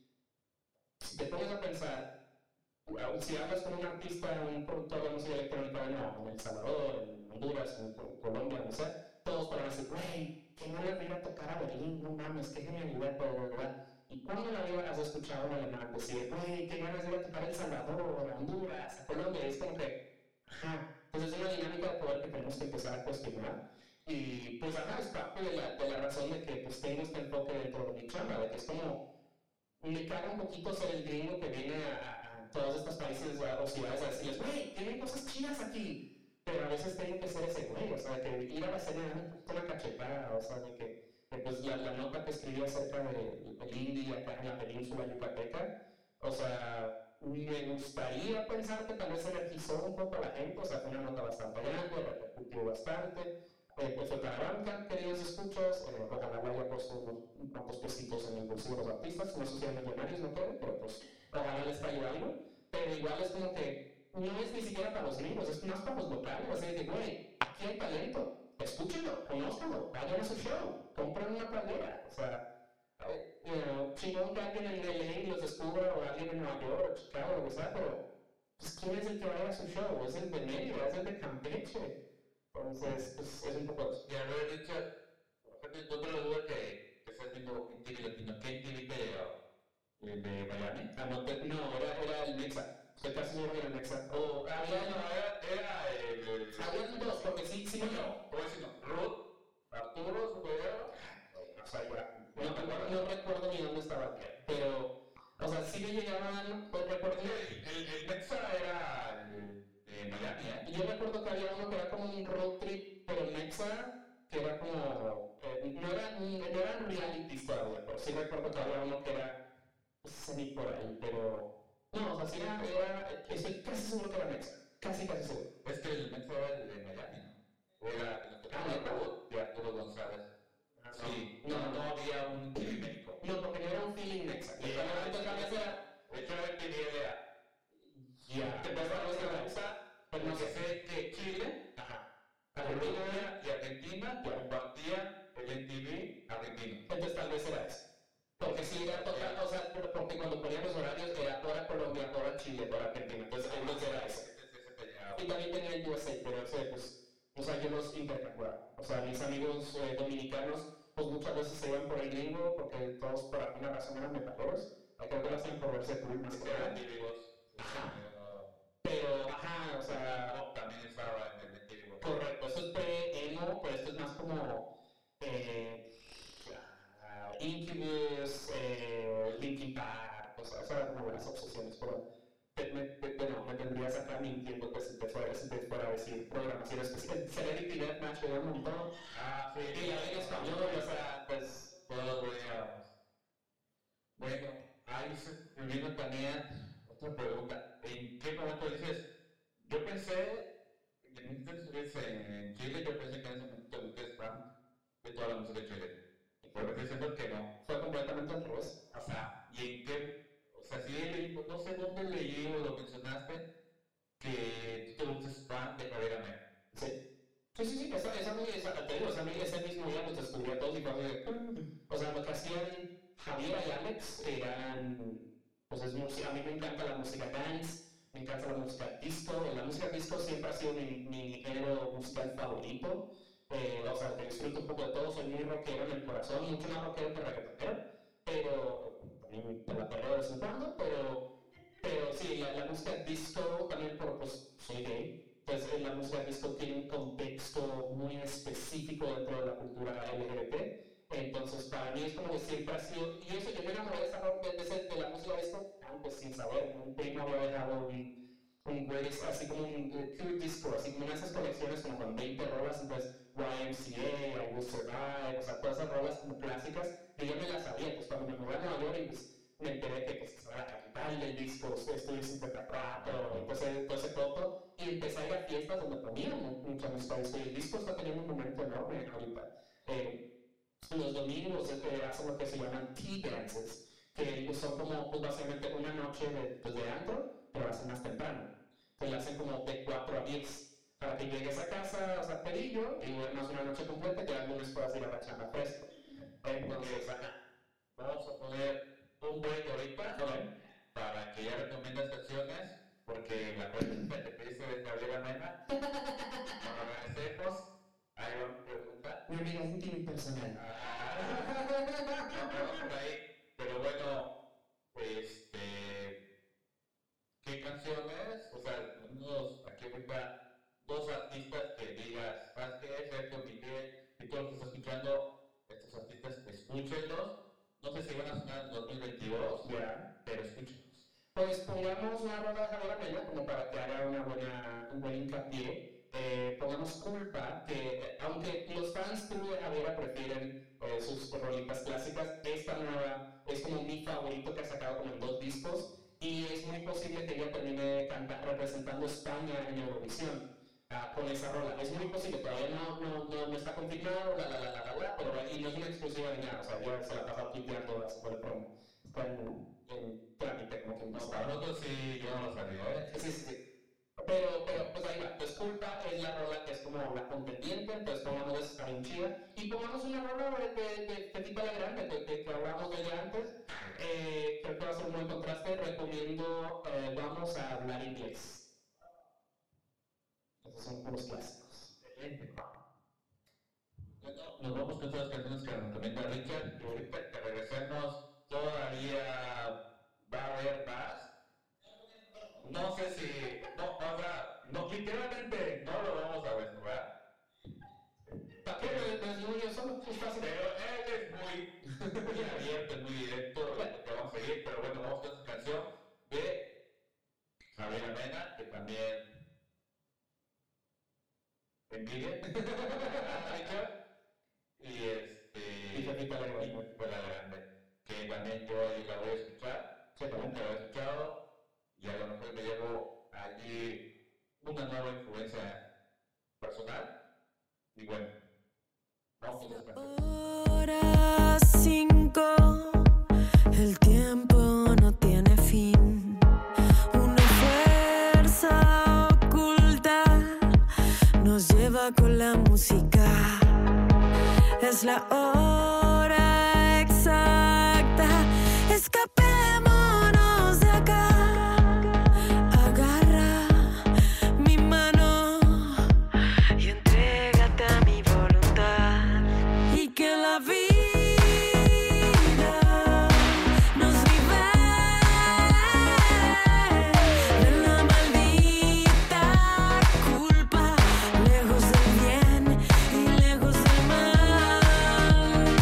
si te pones a pensar, si hablas con un artista, un productor de música electrónica en El Salvador, en Honduras, en Colombia, no sé, todos van a decir, güey, que no le ir a tocar a Berlín, no mames, qué genialidad, ¿verdad? ¿Y cuándo la vida has escuchado a un alemán decir, güey, que ganas de ir a tocar a El Salvador, a Honduras, a Colombia? Es como que, ajá, entonces es una dinámica de poder que tenemos que empezar a cuestionar. Y pues ajá, es parte de la, de la razón de que pues tengo este enfoque dentro de mi chamba, de que es como, me caga un poquito ser el gringo que viene a, a todos estos países o ciudades a decirles, güey, tienen cosas chidas aquí. Pero a veces tengo que ser ese güey, o sea, de que ir a la escena es un poquito una cachetada, o sea, de que, de, pues la, la nota que escribí acerca del de indie acá en la península yucateca, o sea, me gustaría pensar que tal vez energizó un poco a la gente, o sea, fue una nota bastante grande, repercutió bastante. Eh, pues otra banca, queridos escuchas, eh, ojalá le haya puesto unos cuantos pesitos en el bolsillo de los artistas, no sé si sean millonarios, no creo, pero pues ojalá les traiga algo, pero igual es como que no es ni siquiera para los gringos, es más para los locales, así de, güey, aquí hay talento, escúchenlo, conózcanlo, vayan a su show, compren una playera, o sea, eh, you know, chingón que alguien en L A los descubra o alguien en Nueva York, o Chicago, lo que sea, pero pues, ¿quién es el que vaya a su show? Es el de Mérida, es el de Campeche. Entonces, pues, es un poco eso. Y a ver, Richard, otra duda que, que estás viendo en T V Latino, ¿qué T V de, de Miami? Ah, no, te, no era, era el Nexa. Estoy casi seguro que era el Nexa. O había, no, era, era el... Habían dos, porque sí, sí, no. ¿Cómo es no? Ruth, Arturo, su jugador. O sea, ya, no, no, no recuerdo ni dónde estaba, pero, o sea, sí me llegaban, pues recuerdo... El, el, el Nexa era el de Miami, ¿eh? Y yo recuerdo que había uno que era como un road trip, pero el Nexa, que era como, eh, no eran no era reality todavía, pero sí recuerdo que había uno que era semi por ahí, pero, no, o sea, sí era, era estoy casi seguro que era Nexa, casi, casi seguro. Es que el Nexa era el de Miami, ¿no? Era el que estaba de Arturo González. Sí, no, no había un T V México. No, porque no era un feeling Nexa. Y el momento que había era, de hecho era el T V era, ya, te puedes dar la Nexa, pero no sé que Chile, Argentina y Argentina compartían el M T V argentino. Entonces tal vez era eso. Porque si era total, o sea, porque cuando ponían los horarios era hora Colombia, hora Chile, hora Argentina. Entonces entonces era eso. Y también tenía el U S A, pero ese, pues, o sea, yo los intercambiaba. O sea, mis amigos eh, dominicanos, pues muchas veces se iban por el gringo porque todos por alguna razón eran metaleros. Creo que lo hacían por verse cool más que nada. Ajá. Pero, ajá, o sea, no, también estaba en el M T V. Correcto, eso es pre-emo, pero esto es más como eh, uh, Incubus, eh, Linkin Park, o sea, esas eran como las obsesiones, pero te, me, te, te, no, me tendrías acá mintiendo que si te fuera, si te fuera a decir programación especial. Celebrity Deathmatch me da un montón. Ah, sí. Y la en español, o sea, pues, todo veíamos. Bueno, ahí se me vino también otra pregunta. ¿En qué momento dices? Yo pensé, en en Chile, yo pensé que en ese momento tú eres fan de toda la música de Chile. Y por eso diciendo que no. Fue completamente al revés. O sea, ¿y en qué? O sea, sí he sí, no sé dónde leí o lo mencionaste, que tú te vuelves fan de Javier Amena. Sí. Sí, sí, sí, esa, esa, esa, te digo, esa, ese mismo día nos descubrí a todos y fue de, o sea, lo que hacían Javier y Alex eran, pues es música, a mí me encanta la música dance, me encanta la música disco, la música disco siempre ha sido mi, mi género musical favorito, eh, o sea, te disfruto un poco de todo, soy muy rockero en el corazón, mucho más rockero que reggaetonero, pero, también me la perreo de vez en cuando, pero, pero sí, la, la música disco también, por, pues, soy gay. Pues la música disco tiene un contexto muy específico dentro de la cultura L G B T. Entonces, para mí es como que siempre ha sido. Y eso, yo me enamoré de, esa, de, ese, de la música disco antes, sin saber. Un primo había dejado un, un greatest, así como un pure disco, así como una de esas colecciones como con veinte rolas, entonces Y M C A, I Will Survive, o sea, todas esas rolas como clásicas. Y yo me las sabía, pues cuando me mudé a Nueva York, y pues me enteré que pues, era la capital del disco, estudié cincuenta y cuatro, entonces todo ese todo, y empecé a ir a fiestas donde ponían mucha música disco, y el disco está teniendo un momento enorme ahorita. Eh, los domingos eh, hacen lo que se llaman tea dances, que son como pues, básicamente una noche de, pues, de antro, pero hacen más temprano, que la hacen como de cuatro a diez, para que llegues a casa, o sea, perillo, y duermas una noche completa, y ya el lunes puedas ir a la chamba fresco. Entonces, vamos a poner un break ahorita, ¿no? Para que ya recomiendas canciones, porque la pregunta que te hice de Javier Amena, cuando agradecemos, hay una pregunta. Mi amiga íntima y personal. Ah, no, por ahí. Pero bueno, este, ¿qué canciones? O sea, unos, aquí ahorita, dos artistas que digas, ¿sabes qué? Sergio, Miguel, y todos los que están escuchando, estos artistas, escúchenlos. No sé si van a sonar en dos mil veintidós, ya, pero escúchenos. Pues pongamos una rola de Javier Amena como para que haga una buena, un buen hincapié. Eh, pongamos Culpa, que aunque los fans de Javier prefieren eh, sus rolitas clásicas, esta nueva es como mi favorito que ha sacado como en dos discos y es muy posible que ella termine canta, representando España en Eurovisión. Uh, con esa rola. Es muy posible, todavía no, no, no, no está confirmado, la, la, la, la, la, la, pero y no es una exclusiva ni nada, o sea, yo se la he pasado tuiteando así por el promo. Está en, en trámite, como que no está. Para nosotros sí, yo no lo sabía, ¿eh? Sí, sí, sí. Pero, pero, pues ahí va, pues Culpa es la rola que es como la contendiente, entonces pongamos esa bien chida, y pongamos una rola de, de, de, de tipo grande, de, de que hablamos de ella antes, eh, creo que va a ser un buen contraste, recomiendo, eh, vamos a hablar inglés. Esos son puros clásicos. Excelente. Bueno, nos vamos con todas las canciones que nos recomienda Richard y ahorita que regresemos todavía va a haber más. No sé si, no, o sea, no, literalmente no lo vamos a ver, ¿verdad? ¿Para qué? No es yo solo, es fácil. Pero él es muy, muy abierto, muy directo, lo que vamos a seguir, pero bueno, vamos con esa canción de Javier Amena, que también envidia y este y Pepita la Grande, pues la Grande, que también yo ahí la voy a escuchar, que nunca la he escuchado y a lo mejor me llevo allí una nueva influencia personal y bueno, vamos a escuchar. Hora cinco, el tiempo no tiene fin, una fuerza oculta nos lleva con la música, es la hora exacta, escapémonos de acá, agarra mi mano y entrégate a mi voluntad, y que la vida nos libere de la maldita culpa, lejos del bien y lejos del mal.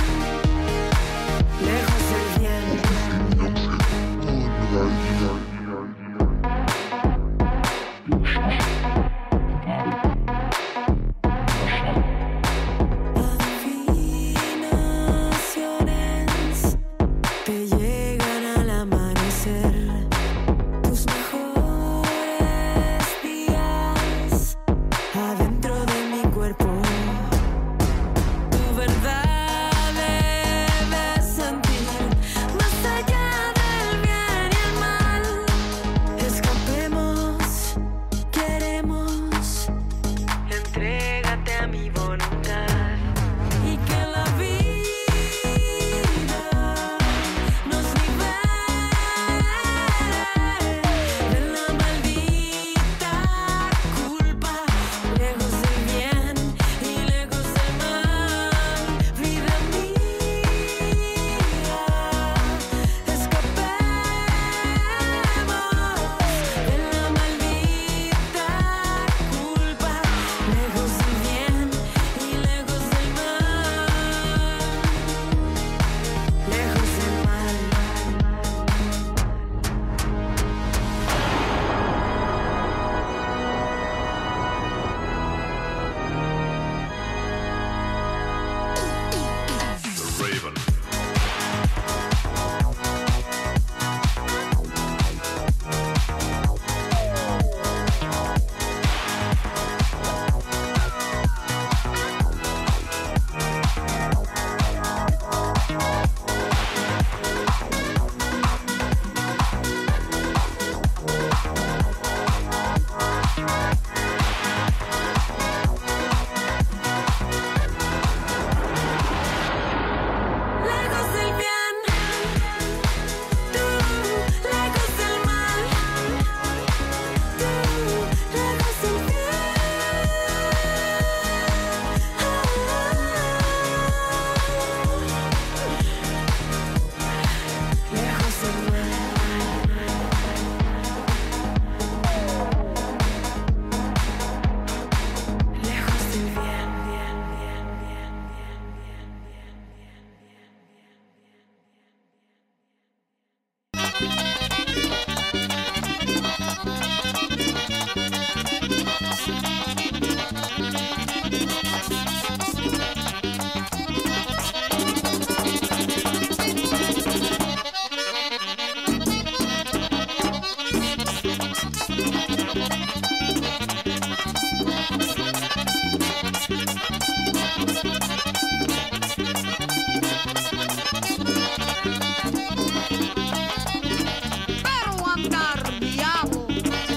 Pero andar diablo.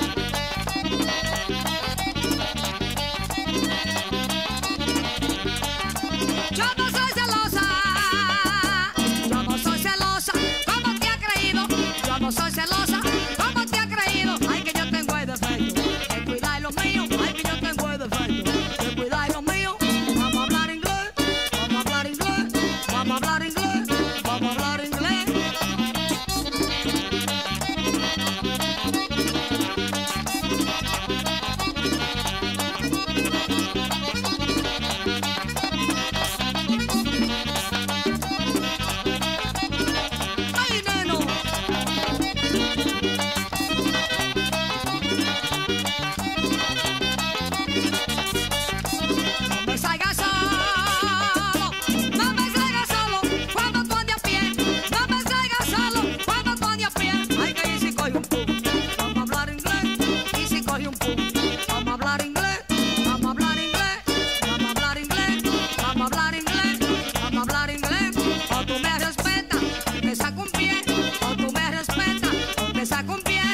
Yo no soy celosa, yo no soy celosa, ¿cómo te ha creído? Yo no soy celosa, ¿cómo te ha creído? Ay, que yo tengo el defecto de cuidar lo mío, ay, que yo tengo el defecto de cuidar lo mío. Vamos a hablar inglés, vamos a hablar inglés, vamos a hablar inglés, vamos a hablar inglés. Ay, neno. No me salgas solo, no me salgas solo cuando tú andes a pie. No me salgas solo cuando tú andes a pie. Ay, que y si coge un pum, vamos a hablar inglés. Y si coge un pum, vamos a hablar inglés. Vamos a hablar inglés, vamos a hablar inglés. Vamos a hablar inglés, vamos a hablar inglés. O tú me respetas y te saco un pie. O tú me respetas o te saco un pie.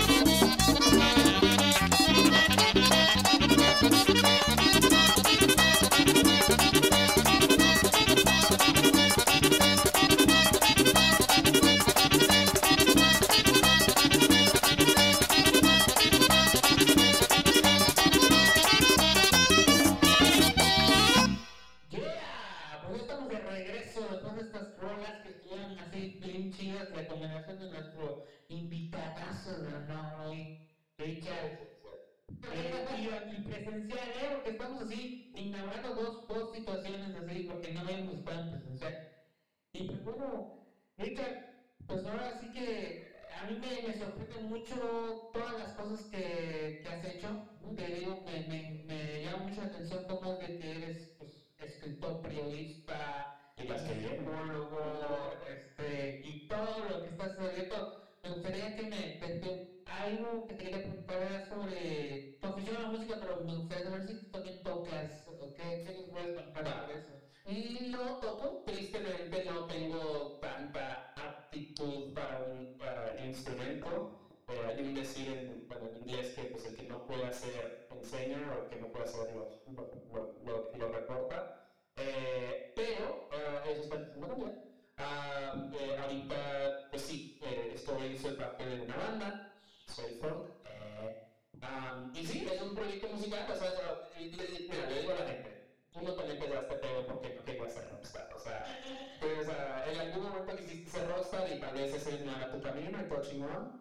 Yeah, pues ya estamos de regreso después de estas rolas que estuvieron así bien chidas, recomendación de nuestro invitadazo de honor hoy, Richard. Eh, y, y presencial, ¿eh? Porque estamos así inaugurando dos, dos situaciones así, porque no habíamos estado en presencial. Y pues bueno, Richard, pues ahora sí que a mí me, me sorprende mucho todas las cosas que, que has hecho. Te digo, me, me, me llama mucho la atención cómo es de que eres pues, escritor, periodista, Y las que vienen. psicólogo, este, y todo lo que estás haciendo. Me gustaría que me, te- te- algo que te quería preguntar era sobre tu afición a la música, pero me gustaría saber si tú también tocas, o qué, qué nos puedes contar sobre eso. Y no toco, tristemente no tengo tanta aptitud para un para instrumento. Eh, hay un decir en, bueno, en inglés que pues, el que no puede hacer enseña o el que no puede hacer lo, lo, lo, lo, lo reporta. Eh, pero uh, eso está empezando a cambiar. Ah, eh, ahorita, pues sí, eh, estoy, soy parte de una banda, soy folk. Eh, um, y sí, es un proyecto musical, o sea, o- y- y- mira, le digo a la gente, uno también te este pedo porque no tengo a ser rockstar, o sea, pues, o sea, en algún momento quisiste ser rockstar y tal vez ese no era tu camino y todo chingón,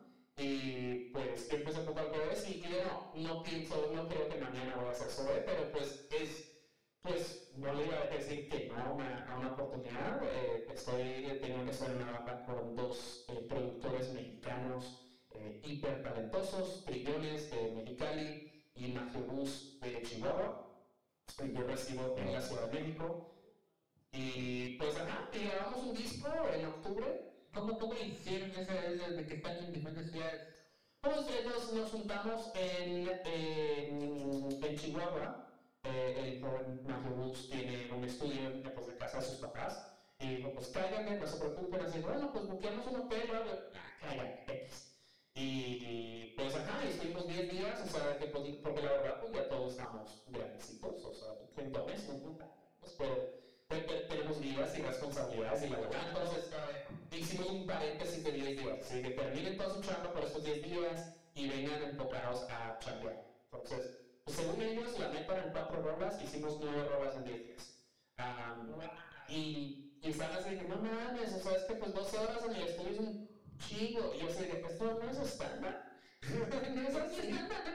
y pues yo empecé a tocar al revés y dije, no, no pienso, no creo que mañana voy a hacer sobre, pero pues es, pues no le iba a decir que no a una, a una oportunidad, eh, estoy teniendo que hacer una banda con dos eh, productores mexicanos eh, hiper talentosos, Trillones de Mexicali y Magiobús de Chihuahua. Yo resido en la Ciudad de México. Y pues ajá, y grabamos un disco en octubre. ¿Cómo, cómo hicieron esa desde que están en diferentes ciudades? Pues eh, nos, nos juntamos en, en, en Chihuahua. Eh, el joven Magiobús tiene un estudio en pues, de casa de sus papás. Y dijo, pues cáiganme, no se preocupen. Así, bueno, pues buqueamos un hotel, ¿no? Ah, cáiganme, X. Y pues ajá, estuvimos diez días, o sea, que, pues, porque la verdad, pues ya todos estamos grandecitos, o sea, cuentones, no cuentan, pues, pero te- te- tenemos vidas y responsabilidades y la verdad, entonces hicimos un paréntesis de diez días, así que terminen toda su chamba por estos diez días y vengan enfocados a chambear. Entonces, pues, según ellos, la meta eran cuatro rolas, hicimos nueve rolas en diez días. Um, y, y están así de que no mames, o sea, es que pues doce horas en el estudio es un chingo. Y yo sé que esto no es estándar. No es así.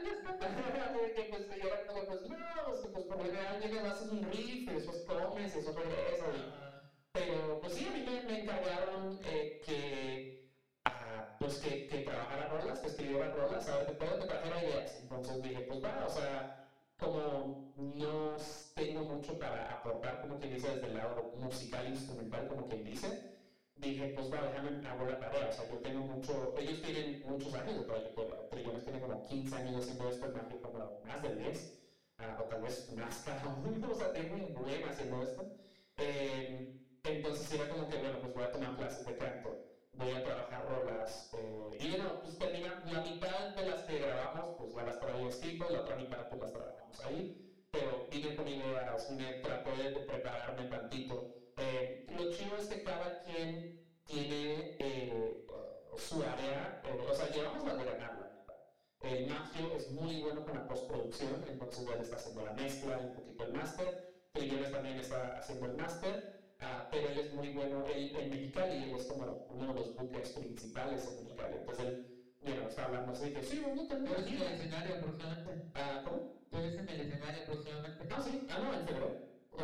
De que pues yo era como pues no, es que pues por lo general llegas, haces un riff y después comes y eso regresa. Y... Pero pues sí, a mí me, me encargaron eh, que, ah, pues que, que trabajara rolas, que escribiera rolas, a ver, que puedo que trajera ideas. Entonces dije, pues va, o sea, como no tengo mucho para aportar, como quien dice, desde el lado musical, instrumental, como quien dice, dije, pues va, déjame hago la tarea. O sea, yo tengo mucho, ellos tienen muchos años de trayectoria, Trillones tiene como quince años haciendo esto, el Magio como más de diez. Uh, o tal vez más cada uno, o sea, tengo un buen haciendo esto. Eh, entonces era como que, bueno, pues voy a tomar clases de canto, voy a trabajar rolas, eh, y bueno, pues termina, la mitad de las que grabamos, pues ya las traía escrito, la otra mitad pues las trabajamos ahí, pero vine con ideas, me traté de prepararme tantito. Eh, lo chido es que cada quien tiene eh, su área, eh, o sea, llevamos la de ganarla. El Magio es muy bueno con la postproducción, entonces él está haciendo la mezcla, un poquito el máster. Trillones también está haciendo el máster, uh, pero él es muy bueno él, en Mexicali, él es como uno de los buques principales en Mexicali. Entonces él, bueno, está hablando así que sí, yo también. ¿Tú eres en el escenario aproximadamente? Ah, ¿cómo? ¿Tú eres en el escenario aproximadamente? Ah, sí, ah, no, en febrero.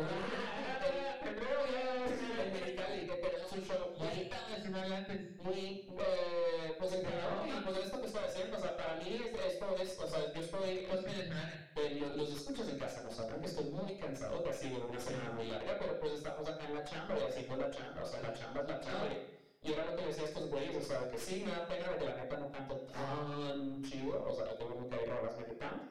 En febrero ya en Mexicali, pero es un show muy muy, eh, pues entrenador, y pues esto que estoy haciendo, o sea, para mí esto es, o sea, yo estoy, eh, los, los escuchas en casa no saben que estoy muy cansado, que ha sido una semana muy larga, pero pues estamos acá en la chamba y haciendo la chamba, o sea, la chamba es la chamba. Y era lo que decía a estos güeyes, o sea, que sí me da pena de que la neta no canto tan chido, o sea, que tengo que hay rolas medio tan,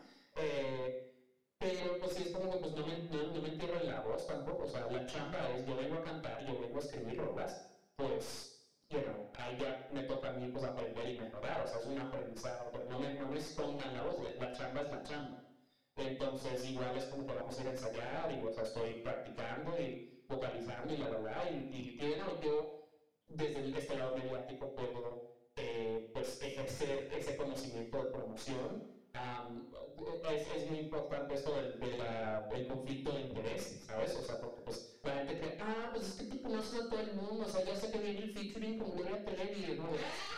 eh, pero pues sí es como que pues no me, no, no me entierro en la voz tampoco, o sea, la chamba es, yo vengo a cantar, yo vengo a escribir rolas, pues, you know, ahí ya me toca a mí pues aprender y mejorar, o sea, es un aprendizaje, pero no me, no me expongan la voz, la chamba es la chamba. Entonces igual es como que vamos a ir a ensayar y o sea, estoy practicando y vocalizando y la verdad, y, y, y bueno, yo desde este lado mediático puedo eh, pues ejercer ese conocimiento de promoción. Um, es, es muy importante esto del, de la, del conflicto de interés, ¿sabes? O sea, porque pues la gente cree, ah, pues es que tú conoces a todo el mundo, o sea, ya sé que viene el featuring con Gloria Trevi, ¿no?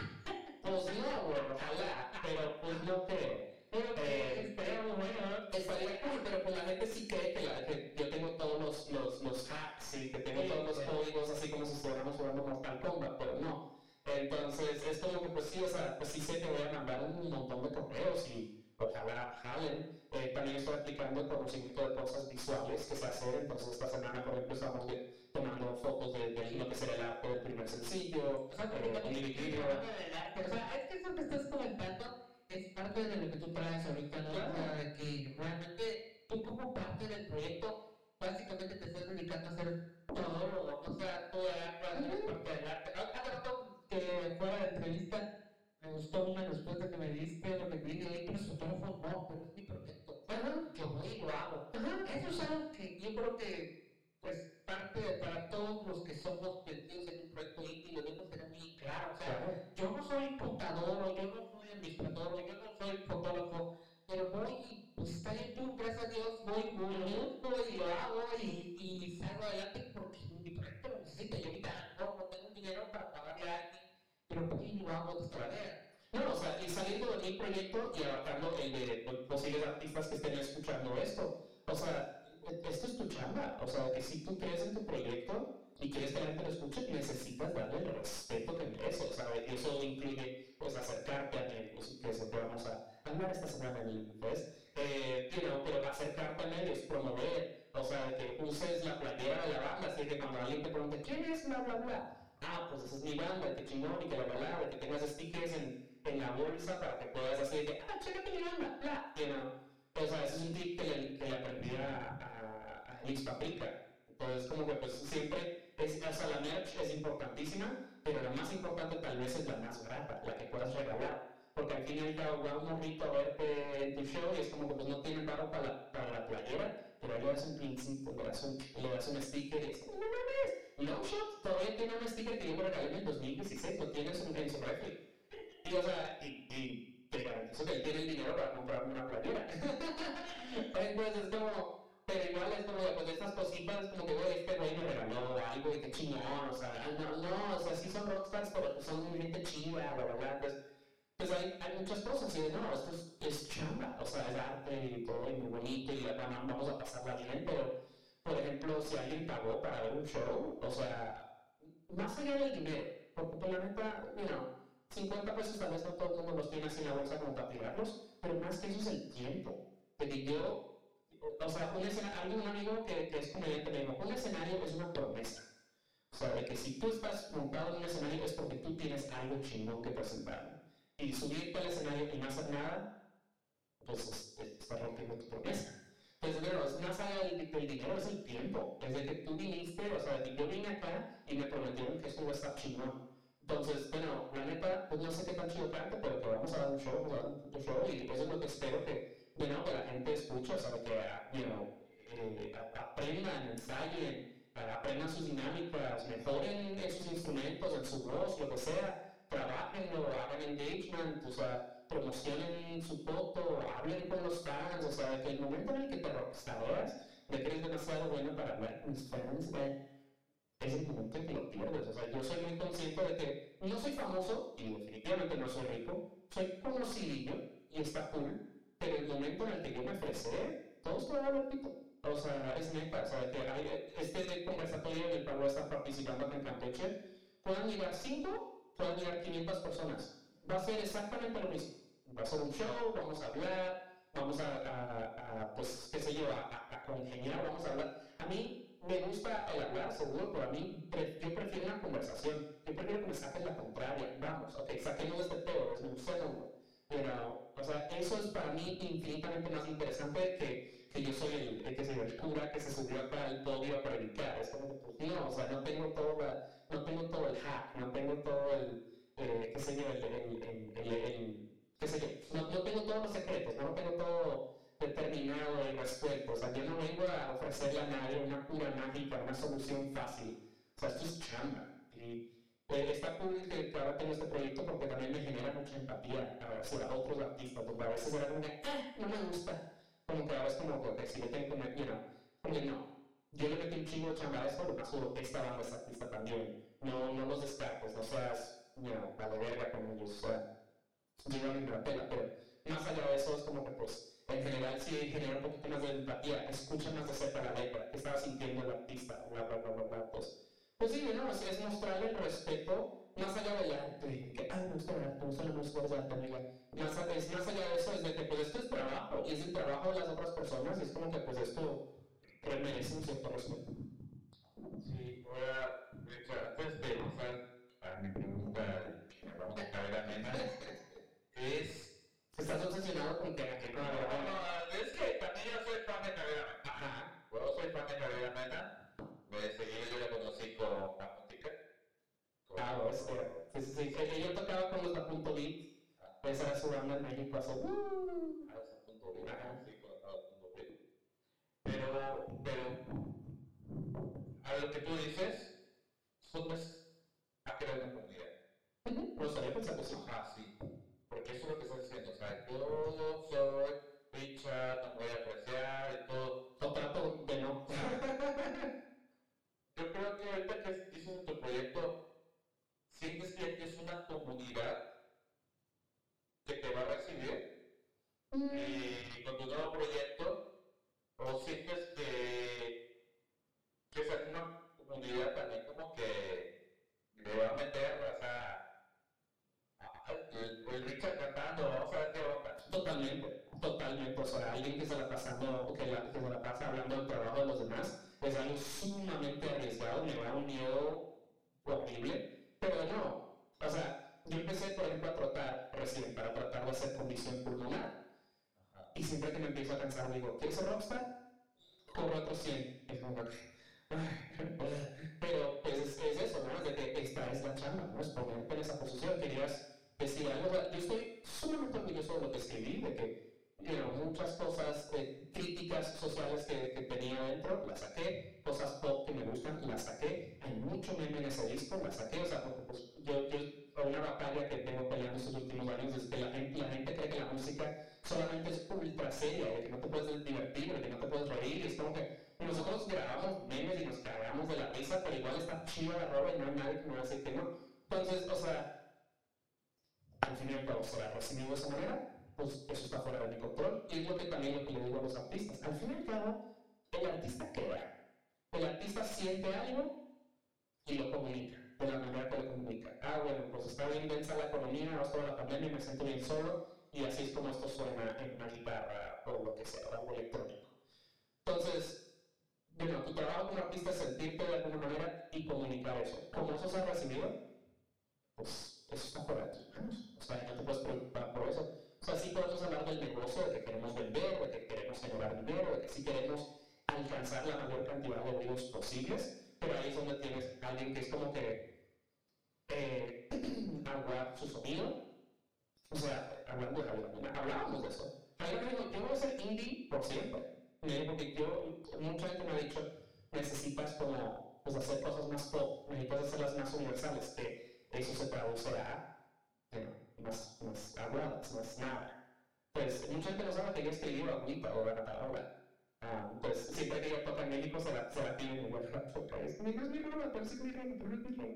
Pues no, güey, ojalá, pero pues no creo. Pero eh, estaría muy bueno, estaría cool, pero pues la gente sí cree que, la, que yo tengo todos los, los, los hacks y que tengo todos los códigos así como si estuviéramos jugando Mortal Kombat, pero no. Entonces, es como que pues sí, o sea, pues sí sé que voy a mandar un montón de correos y ojalá jalen. Eh, también estoy aplicando el conocimiento de cosas visuales que sé hacer, entonces esta semana, por ejemplo, estamos de, tomando fotos de, de lo que será el arte del primer sencillo, o sea, eh, un video. O sea, es que eso que estás comentando es parte de lo que tú traes ahorita, ¿no? Claro. O sea, que realmente tú como parte del proyecto, básicamente te estás dedicando a hacer todo lo, o sea, toda la parte del arte. Hace rato que fuera de entrevista, me gustó una respuesta que me diste, lo que te dije, hey, pero es fotógrafo, no, pero es mi proyecto. Bueno, yo voy y lo hago. Ajá. Eso es algo que yo creo que, pues, parte de, para todos los que somos metidos en un proyecto indie, lo debemos tener muy claro. O sea, yo no soy contador, o yo no soy administrador, o yo no soy fotógrafo, pero voy y, pues, está bien tú, gracias a Dios, voy, voy, voy y lo hago y, y salgo adelante porque mi proyecto lo necesita. Yo ahorita no, no tengo dinero para pagarle a alguien, pero voy y lo hago de esta manera. No, o sea, y saliendo de mi proyecto y abarcando el de posibles artistas que estén escuchando esto. O sea, esto es tu chamba. O sea, que si tú crees en tu proyecto y quieres que la gente lo escuche, necesitas darle el respeto que merece. O sea, eso incluye, pues, acercarte a medios, que es lo que vamos a hablar esta semana en el Fest. Eh, you know, pero acercarte a medios, promover. O sea, que uses la playera de la banda, así que cuando alguien te pregunte, ¿quién es bla, bla, bla? Ah, pues esa es mi banda, que chingón, y que la bla, que tengas stickers en, en la bolsa para que puedas así de, ah, chécate mi banda, bla, you know. O sea, ese es un tip que le, que le aprendí a, a, a Liz Paprika. Entonces, como que pues siempre, es, o sea, la merch es importantísima, pero la más importante tal vez es la más grata, la que puedas regalar. Porque al fin y al cabo va un morrito a verte en tu show y es como que pues no tiene paro para la, para la playera, pero ahí le das un pincito, le das un, le das un sticker y es como, no mames, Longshot todavía tiene un sticker que yo me regalé en el dos mil dieciséis, lo tiene en su, en su refri. Y o sea, y, y te garantizo que él tiene el dinero para comprarme una playera. Entonces es como, pero igual es como, pues de estas cositas, como que güey, este güey me regaló algo y qué chingón, o sea, no, no, o sea, sí son rockstars, pero pues son gente chiva, bla, bla, bla, entonces, pues hay, hay muchas cosas, y de no, esto es, es chamba, o sea, es arte y todo, y muy bonito, y la, vamos a pasarla bien, pero, por ejemplo, si alguien pagó para ver un show, o sea, más allá del dinero, porque pues la neta, you know, cincuenta pesos tal vez no todo el mundo los tiene así en la bolsa como para tirarlos, pero más que eso es el tiempo. Porque yo, o sea, un escenario, un amigo que, que es comediante me dijo, un escenario es una promesa. O sea, de que si tú estás montado en un escenario es porque tú tienes algo chingón que presentar. Y subirte al escenario y no hacer nada, pues estás rompiendo tu promesa. Entonces, bueno, es más allá del, del dinero, es el tiempo. Es de que tú viniste, o sea, de que yo vine acá y me prometieron que esto iba a estar chingón. Entonces, bueno, la neta, pues no sé qué tan chido cante, pero que vamos a dar un show, vamos a dar un puto show, y eso es lo que espero que, bueno, que la gente escuche, o sea, que, you know, eh, aprendan, ensayen, aprendan sus dinámicas, mejoren en sus instrumentos, en su voz, lo que sea, trabajenlo, hagan engagement, o sea, promocionen su foto, hablen con los fans, o sea, que el momento en el que te rockstareas, de que eres demasiado bueno para hablar con tus fans, eh, es el momento en que lo pierdes. O sea, yo soy muy consciente de que no soy famoso, y definitivamente no soy rico, soy conocidillo, y está cool, pero el momento en el que yo me ofreceré, todo esto va a valer pito. O sea, es neta, o sea, que hay, este conversatorio en el cual voy a estar participando en Campeche, puedan llegar cinco, puedan llegar quinientas personas. Va a ser exactamente lo mismo. Va a ser un show, vamos a hablar, vamos a, a, a pues, qué sé yo, a, a, a congeniar, vamos a hablar. A mí me gusta el hablar, seguro, pero a mí pre, yo prefiero una conversación. Yo prefiero que me saquen la contraria. Vamos, ok, saquemos este pedo, desmenuzémoslo. Pero, o sea, eso es para mí infinitamente más interesante que, que yo soy el, el, que se, el cura que se subió acá al podio a predicar. Es como, pues no, o sea, no tengo todo, la, no tengo todo el hack, no tengo todo el, eh, qué sé yo, el, el, el, el, el qué sé yo, no, no tengo todos los secretos, no tengo todo determinado y resuelto. O sea, yo no vengo a ofrecerle a nadie una cura mágica, una solución fácil. O sea, esto es chamba. Y eh, está cool que ahora tengo este proyecto porque también me genera mucha empatía hacia otros artistas, porque a veces era como que, ah, no me gusta. Como que ahora es como que si yo tengo que meter, como que no. Yo le metí un chingo de chamba a esto, lo más seguro que esta banda es artista también. No, no los descartes, no seas, you know, a la verga con ellos. O sea, llevan la pela, pero más allá de eso es como que pues en general sí genera un poquito más de empatía, escucha más de cerca la letra, qué estaba sintiendo el artista, bla bla bla bla bla, pues pues sí, no, es, es mostrarle el respeto más allá del arte, que ah, me gusta el arte, me gusta la música, es arte, amiga, más, es, más allá de eso es de que pues esto es trabajo, y es el trabajo de las otras personas, y es como que pues esto merece un cierto respeto. Sí, ahora, Richard, antes de pasar a mi pregunta, que me vamos a caer a nena, es... ¿Estás obsesionado con que la gente... No, no, no, es que también yo soy fan de Cabrera Mena. Ajá. Yo soy fan de Cabrera Mena. Me seguí, yo la conocí con la música. Ah, o sea, sí, sí, sí. Ella tocaba con los A Punto Beat. Esa era su banda en México hace... Uh. Ah, es A Punto Beat. Ajá, sí, con A Punto Beat. Pero, pero, a lo que tú dices, subes a crear una comunidad. Uh-huh. No sabía pensar eso. Ajá, sí. Porque eso es lo que estás diciendo, o sea, yo soy Richard, no voy a apreciar y todo. No trato de no. Yo creo que ahorita que dices en tu proyecto, sientes que es una comunidad que te va a recibir mm. y con tu nuevo proyecto, o sientes que, que es una comunidad también como que le va a meter, o sea, El, el Richard cantando, vamos a ver qué onda. Totalmente, totalmente. O sea, alguien que se la pasando, que, la, que se la pasa hablando del trabajo de los demás, es algo sumamente arriesgado, me da un miedo horrible. Pero no, o sea, yo empecé, por ejemplo, a trotar recién para tratar de hacer condición pulmonar. Ajá. Y siempre que me empiezo a cansar, digo, ¿quieres ser rockstar? Corro otros cien. Es como que... Pero pues, es, es eso, ¿no? Es de que esta es la chamba, ¿no? Es ponerte en esa posición. Querías decir algo, yo estoy sumamente orgulloso de lo que escribí, de que you know, muchas cosas, eh, críticas sociales que, que tenía dentro, las saqué, cosas pop que me gustan, las saqué, hay mucho meme en ese disco, las saqué, o sea, porque pues, yo, yo, una batalla que tengo peleando estos últimos años es que la gente, la gente cree que la música solamente es ultra seria, de que no te puedes divertir, de que no te puedes reír, es como que nosotros grabamos memes y nos cagamos de la risa, pero igual está chida la roba y no hay nadie que me va a decir que no. Entonces, o sea, al fin y al cabo, se la recibido de esa manera, pues eso está fuera de mi control. Y es lo que también lo que le digo a los artistas. Al fin y al cabo, el artista crea. El artista siente algo y lo comunica. de la manera que lo comunica. Ah, bueno, pues está bien densa la economía, ahora toda la pandemia, me siento bien solo, y así es como esto suena en una guitarra o lo que sea, o algo electrónico. Entonces, bueno, tu trabajo como artista es sentirte de alguna manera y comunicar eso. Como eso se ha recibido, pues eso está por aquí. O sea, no te puedes preocupar por eso. O sea, sí podemos hablar del negocio, de que queremos vender, de que queremos generar dinero, de que sí queremos alcanzar la mayor cantidad de oídos posibles, pero ahí es donde tienes a alguien que es como que eh, aguar su sonido. O sea, hablando de Javier Mina, hablábamos de eso. Javier me dijo, yo voy a ser indie por siempre. ¿Eh? Porque yo, mucha gente me ha dicho, necesitas como, pues, hacer cosas más pop, necesitas hacerlas más universales, que eso se traduce a, bueno, más, más habladas, más nada. Pues mucha gente no sabe que yo escribí agüita o granataola. Ah, pues siempre que yo toco en México se la, se la piden igual a la toca. Es mi rola, pero sí mi rola, pero es mi rola.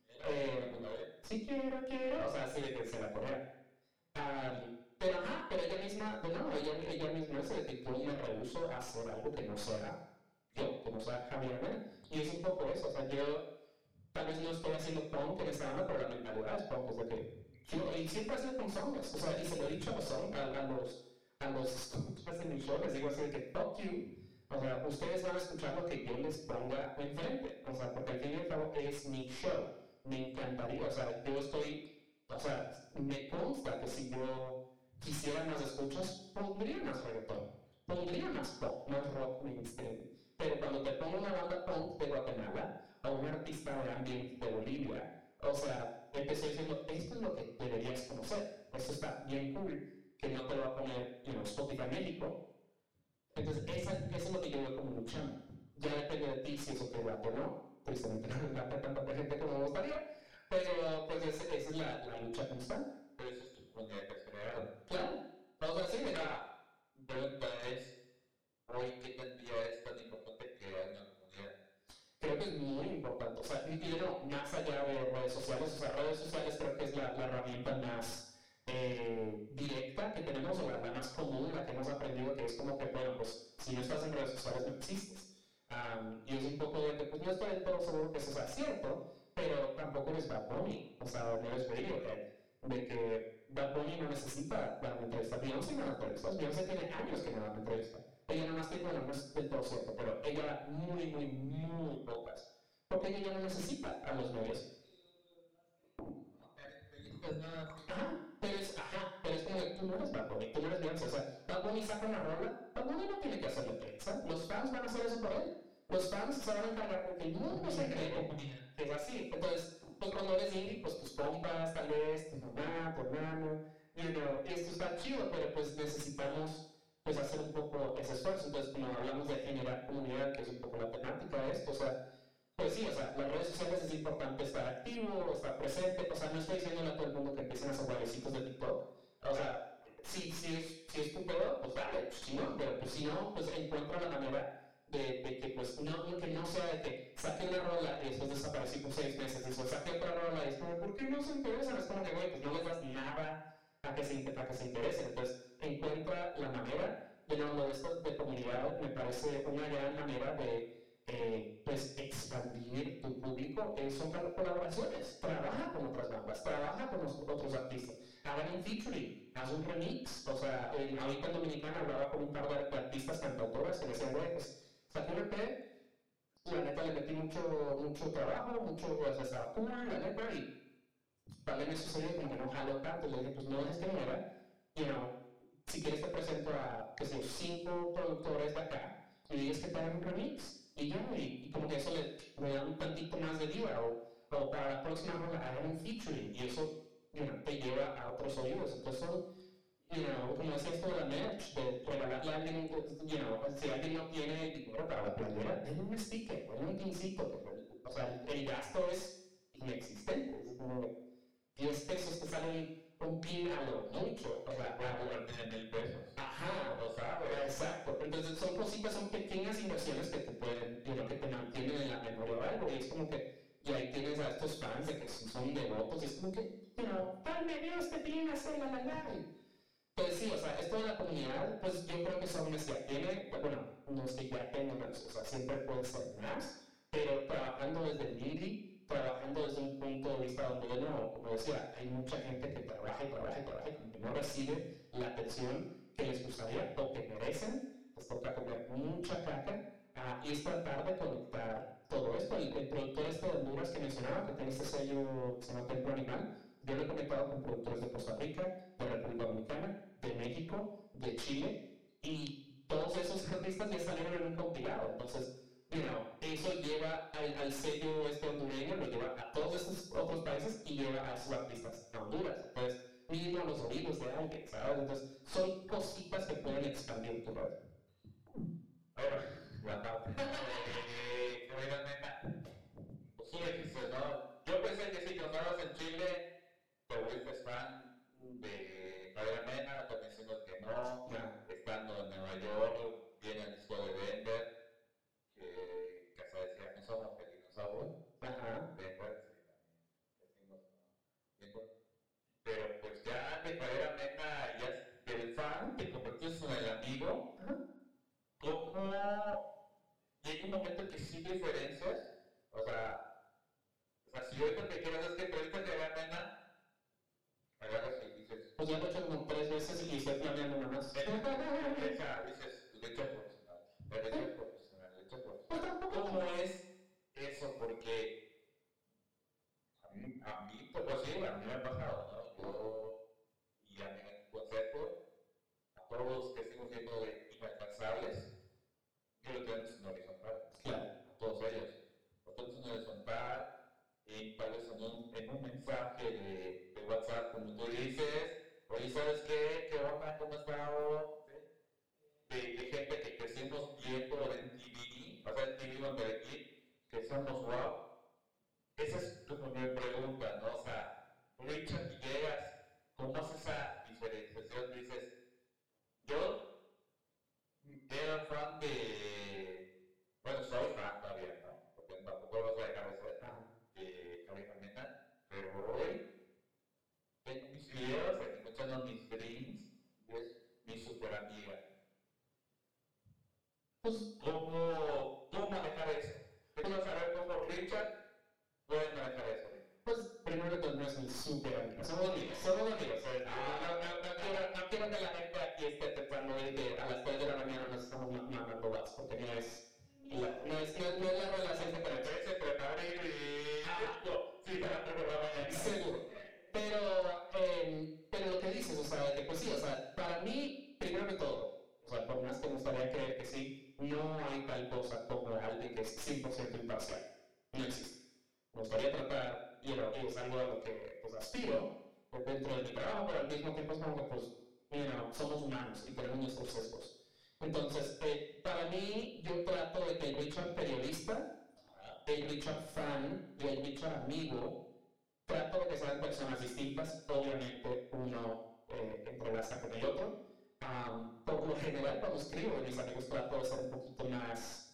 Eh, sí quiero, quiero, o sea, sí de que se la corea. Um, pero ajá, pero ella misma, de nuevo, ella, ella misma se de que yo me rehuso a hacer algo que no sea yo, que no sea Javier Mena. Y es un poco eso, o sea, yo tal vez no estoy haciendo punk en esta banda, pero la mentalidad es punk, es de que yo, y siempre ha sido con songs, o sea, y se lo he dicho a los, a, a los, a los escuchas en mi show, les digo así de que fuck you, o sea, ustedes van a escuchar lo que yo les ponga enfrente, o sea, porque al fin y al cabo es mi show, me encantaría, o sea, yo estoy. O sea, me consta que si yo quisiera más escuchas, pondría más reggaetón, pondría más pop, más rock mainstream. Pero cuando te pongo una banda punk de Guatemala o un artista de ambient de Bolivia, o sea, empecé diciendo, esto es lo que deberías conocer, esto está bien cool, que no te lo va a poner, you know, Spotify México. Entonces, esa, eso es lo que yo veo como luchando. Ya depende de ti si eso te late o no. Tristemente no me late tanta gente como me gustaría. Pero, pues, esa, esa es la, la lucha constante. Pero eso es tu manera de crear. Claro. O sea, sí, mira. La pregunta es, hoy, ¿qué tendría es tan importante crear una comunidad? Creo que es muy importante. O sea, y, y no, más allá de redes sociales, o sea, redes sociales creo que es la, la herramienta más eh, directa que tenemos, o la, la más común, la que hemos aprendido, que es como que, bueno, pues, si no estás en redes sociales no existes. Um, y es un poco de que, pues, no estoy del todo seguro que eso sea cierto, pero tampoco es Bad Bunny, o sea, no es Radiohead, de que Bad Bunny no necesita dar una entrevista. Beyoncé no da entrevistas, Beyoncé tiene años que no da una entrevista. Ella no más tiene, bueno, no es del todo cierto, pero ella da muy, muy, muy pocas, porque ella ya no necesita a los medios. Ajá, pero es, ajá, pero es como que tú no eres Bad Bunny, tú no eres Beyoncé, o sea, Bad Bunny saca una rola, Bad Bunny no tiene que hacerle prensa, los fans van a hacer eso por él. Los fans se van a encargar porque el mundo se cree que es así. Entonces, pues cuando eres indie, pues tus compas, tal vez, tu mamá, tu hermano, you know, esto está chido, pero pues necesitamos pues hacer un poco ese esfuerzo. Entonces, como hablamos de generar comunidad, que es un poco la temática de esto, o sea, pues sí, o sea, las redes sociales es importante estar activo, estar presente, o sea, no estoy diciéndole a todo el mundo que empiecen a hacer bailecitos de TikTok, o sea, si, si, es, si es tu pedo, pues dale, pues, si no, pero pues si no, pues encuentra la manera De, de que pues no, que no sea de que saque una rola y después desaparecí por seis meses y después saque otra rola y es como, ¿por qué no se interesan? Es como que, güey, pues no les das nada a que se, a que se interesen. Entonces, encuentra la manera. De nuevo, esto de comunidad me parece una gran manera de eh, pues expandir tu público. Eh, son colaboraciones. Trabaja con otras bandas, trabaja con los, otros artistas. Hagan un featuring, haz un remix. O sea, eh, ahorita en Dominicana hablaba con un par de artistas cantautoras que decían, güey, pues saqué un E P, la neta le metí mucho, mucho trabajo, mucho, pues estaba cool, la neta, y tal vez me sucedió como que no jaló tanto, le dije, pues no dejes que muera, you know, si quieres te presento a, qué sé yo, cinco productores de acá, y dices que te hagan un remix, y ya, y, y como que eso le, le da un tantito más de vida, o, o para la próxima rola hagan un featuring, y eso, you know, te lleva a otros oídos, entonces son, you know, como decía esto de la merch, de regalarle a alguien, you know, si alguien no tiene dinero para la playera, denle un sticker, denle un pincito, o sea, el gasto es inexistente, es como diez pesos te sale un pin a lo mucho, o sea, a convertir en mil pesos. Ajá, o sea, exacto, entonces son cositas, son pequeñas inversiones que te pueden, you know, que te mantienen en la memoria o algo, y es como que, y ahí tienes a estos fans de que son devotos, y es como que, you know, tal me dio este pin a hacer la la la. Pues sí, o sea, esto de la comunidad, pues yo creo que esa honestidad tiene, bueno, no es que ya tenga, o sea, siempre puede ser más, pero trabajando desde el indie, trabajando desde un punto de vista donde, de nuevo, como decía, hay mucha gente que trabaja y trabaja y trabaja y como que no recibe la atención que les gustaría o que merecen, les toca comer mucha caca, uh, y es tratar de conectar todo esto. El, el productor este de Honduras que mencionaba, que tiene este sello que se llama Templo Animal, yo lo he conectado con productores de Costa Rica, de República Dominicana, de México, de Chile, y todos esos artistas ya salieron en un compilado. Entonces, you know, eso lleva al, al sello este hondureño, lo lleva a todos estos otros países y lleva a sus artistas a Honduras. Entonces, mínimo los oídos de alguien, ¿sabes? Entonces, son cositas que pueden expandir tu red. Ahora, la parte de que oigan, neta, pues tú dijiste, ¿no? Yo pensé que si cuando estabas en Chile, te fuiste fan de Javier Mena, también decimos que no, Yeah. estando en Nueva York, viene el disco de Denver, que hasta decía, no somos felinos aún. Ajá. Denver, sí, también, decimos, ¿no? Pero pues ya de Javier Mena, ya del fan, te convertiste en el amigo. ¿Cómo llega un momento en que sí diferencias? O sea, o sea, si ahorita te quieres es que entrevistas a Javier Mena, agarras y dices, Pues ya lo he hecho como tres veces y estoy planeando una más. o sea, dices, leche profesional, leche profesional, leche profesional. ¿Cómo es eso? Porque a mí, a mí, pues sí, a mí me ha pasado, ¿no? Yo, y a mí me consejo a todos que estemos siendo inalcanzables, yo lo tengo en horizontal, Claro. a todos ellos. Lo tengo en horizontal, y tal vez en un, en un mensaje de, de WhatsApp, como tú dices, oye, ¿sabes qué? ¿Qué onda? ¿Cómo está? De, de gente que crecimos viendo en T V, o sea, en T V donde aquí, que somos wow. Esa es como mi pregunta, ¿no? O sea, Richard Villegas, ¿cómo haces esa diferenciación? Dices, yo era fan de, bueno, soy fan todavía, ¿no? Porque tampoco lo vas a dejar de ser de Javier Mena, pero hoy tengo mis videos, aquí escuchando mis dreams, y es mi super amiga. Pues, ¿Cómo, cómo manejar eso? Quiero saber cómo Richard puede manejar eso. pues primero que todo no es mi súper amigo. Somos amigos, somos amigos. O sea, no, no, no, quiero, no quiero que la gente aquí esté pensando de que a las tres de la mañana nos estamos ma- mandando bats, porque no es, la, no es, no, no es la relación que tenemos. Se prepara y... Sí, para preparar. Seguro. Pero, eh, pero lo que dices, o sea, que pues sí, o sea, para mí, primero que todo, o sea, por más que me gustaría creer que sí, no hay tal cosa como alguien que es cien por ciento imparcial. No existe. Me gustaría tratar, y es algo a lo que pues, aspiro pues, dentro de mi trabajo, pero al mismo tiempo es como que, pues, you know, somos humanos y tenemos nuestros sesgos. Entonces, eh, para mí, yo trato de que el Richard periodista, el Richard fan y el Richard amigo, trato de que sean personas distintas. Obviamente, uno eh, entrelaza con el otro. Um, por lo general, cuando escribo de mis amigos, trato de ser un poquito más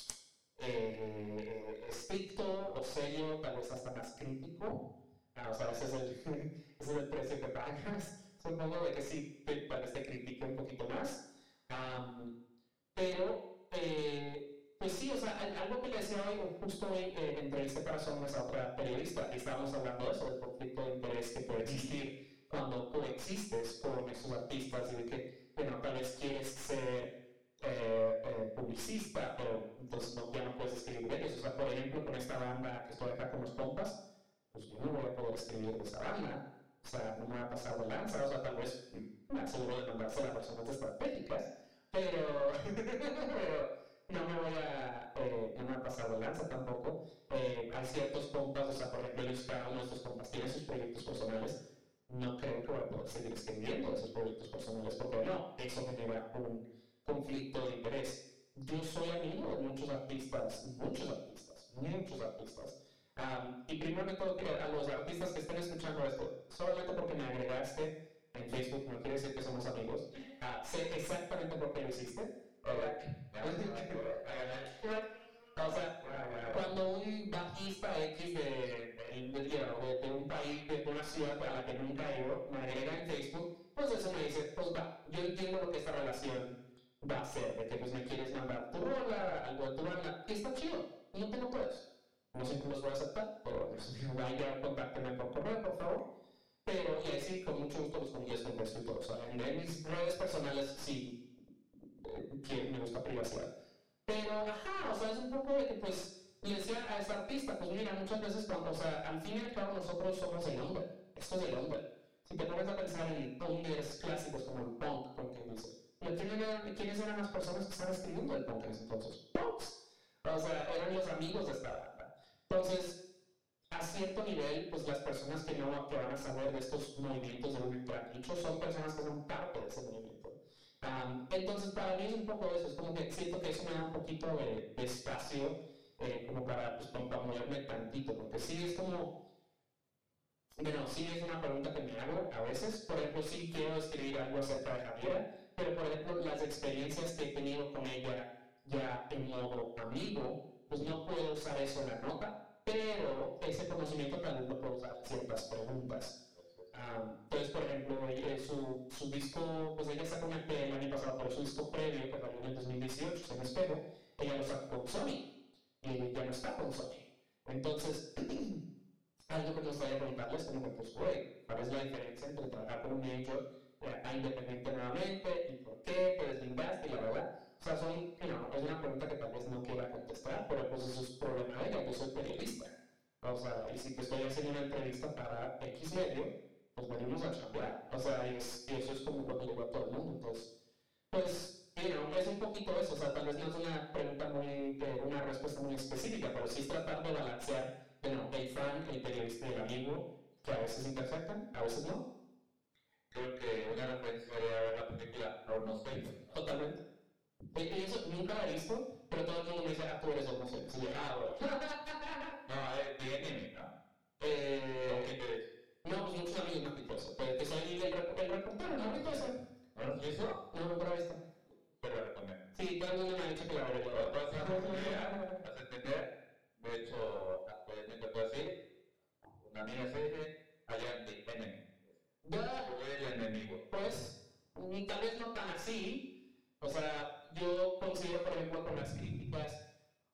eh, estricto o serio, tal vez hasta más crítico. Ah, o sea, ese es, el, ese es el precio que pagas. Supongo de que sí, te, tal vez te critique un poquito más. Um, pero, eh, pues sí, o sea, algo que le decía hoy, justo hoy eh, entrevisté para Somos a otra periodista, y estábamos hablando de eso, del conflicto de interés que puede existir cuando coexistes con esos artistas y de que, bueno, tal vez quieres ser eh, eh, publicista, pero entonces no, ya no puedes escribir de ellos. O sea, por ejemplo, con esta banda que estoy acá con los compas, pues yo no voy a poder escribir de esa banda. O sea, no me va a pasar de lanza, o sea, tal vez me aseguro de mandarse a personas estratégicas, pero, pero no me voy a, eh, no me va a pasar de lanza tampoco. Eh, hay ciertos compas, o sea, por ejemplo, ellos, cada uno de estos compas tiene sus proyectos personales. No creo que voy a poder seguir escribiendo esos proyectos personales, porque no, eso genera un conflicto de interés. Yo soy amigo de muchos artistas, muchos artistas, muchos artistas. Um, y primero que todo, a los artistas que estén escuchando esto, solamente porque me agregaste en Facebook no quiere decir que somos amigos. Uh, sé exactamente por qué lo hiciste. O sea, cuando un bajista X de, de, de, de, de un país, de una ciudad a la que nunca he ido, me agrega en Facebook, pues eso me dice, pues va, yo entiendo lo que esta relación va a ser, de que pues me quieres mandar tu rola, algo de tu banda, y está chido, no tengo pedos. no siempre los voy a aceptar, pero vaya, contáctenme por correo, por favor. Pero, y así, con mucho gusto los les contesto y todo. O sea, en, en mis redes personales sí eh, que me gusta privacidad. Pero, ajá, o sea, es un poco de que, pues, le decía a ese artista, pues mira, muchas veces cuando, o sea, al fin y al cabo nosotros somos el hombre, esto es el hombre. Si te pones a pensar en hombres clásicos como el punk, por ejemplo, dice, ¿quiénes eran las personas que estaban escribiendo el punk en ese entonces? Punks. O sea, eran los amigos de esta banda. Entonces, a cierto nivel, pues las personas que no que van a saber de estos movimientos de un ultranicho son personas que son parte de ese movimiento. Um, entonces, para mí es un poco eso, es como que siento que eso me da un poquito de, de espacio eh, como para, pues, para moverme tantito, porque sí es como, bueno, sí es una pregunta que me hago a veces. Por ejemplo, sí quiero escribir algo acerca de Javiera, pero por ejemplo, las experiencias que he tenido con ella ya en modo amigo, pues no puedo usar eso en la nota. Pero ese conocimiento también lo puedo usar en ciertas preguntas. Um, entonces, por ejemplo, eh, su, su disco, pues ella sacó un E P el año pasado, pero su disco previo, que salió en el dos mil dieciocho, se me Espejo, ella lo sacó con Sony, y ya no está con Sony. Entonces, algo que me gustaría preguntarles es como que, pues, güey, ¿cuál es la diferencia entre trabajar con un major eh, a independiente nuevamente? ¿Y por qué? ¿Te deslindaste? Y la verdad. O sea, son, you know, es una pregunta que tal vez no quiera contestar, pero pues eso es problema de ella, yo soy periodista. O sea, y si te estoy haciendo una entrevista para X medio, pues venimos a chambear. O sea, y, es, y eso es como lo que le digo a todo el mundo. Entonces, pues, you know, es un poquito eso. O sea, tal vez no es una pregunta muy, eh, una respuesta muy específica, pero sí es tratar de balancear, bueno, el fan, el periodista y el amigo, que a veces intersectan, a veces no. Creo que una referencia sería ver la película Almost Famous. Totalmente. Y eso nunca la he visto, pero todo el mundo me dice, ah, tú eres homosexual. Sí, ah, bueno. No, es tiene, ¿no? Eh, ¿Qué crees? no, pues muchos amigos me han dicho eso, pero que soy el, rep el reportero, ¿no? ¿Qué cosa? ¿No has visto? No, nunca la he visto. Pero la recomiendo. Sí, todo el mundo me ha dicho que la veré. Vas a entender, vas a entender. De hecho, actualmente puedo decir, una amiga se dice, allá de enemy. Ya, el enemigo. pues, tal vez no tan así. O sea, yo considero, por ejemplo, con las críticas.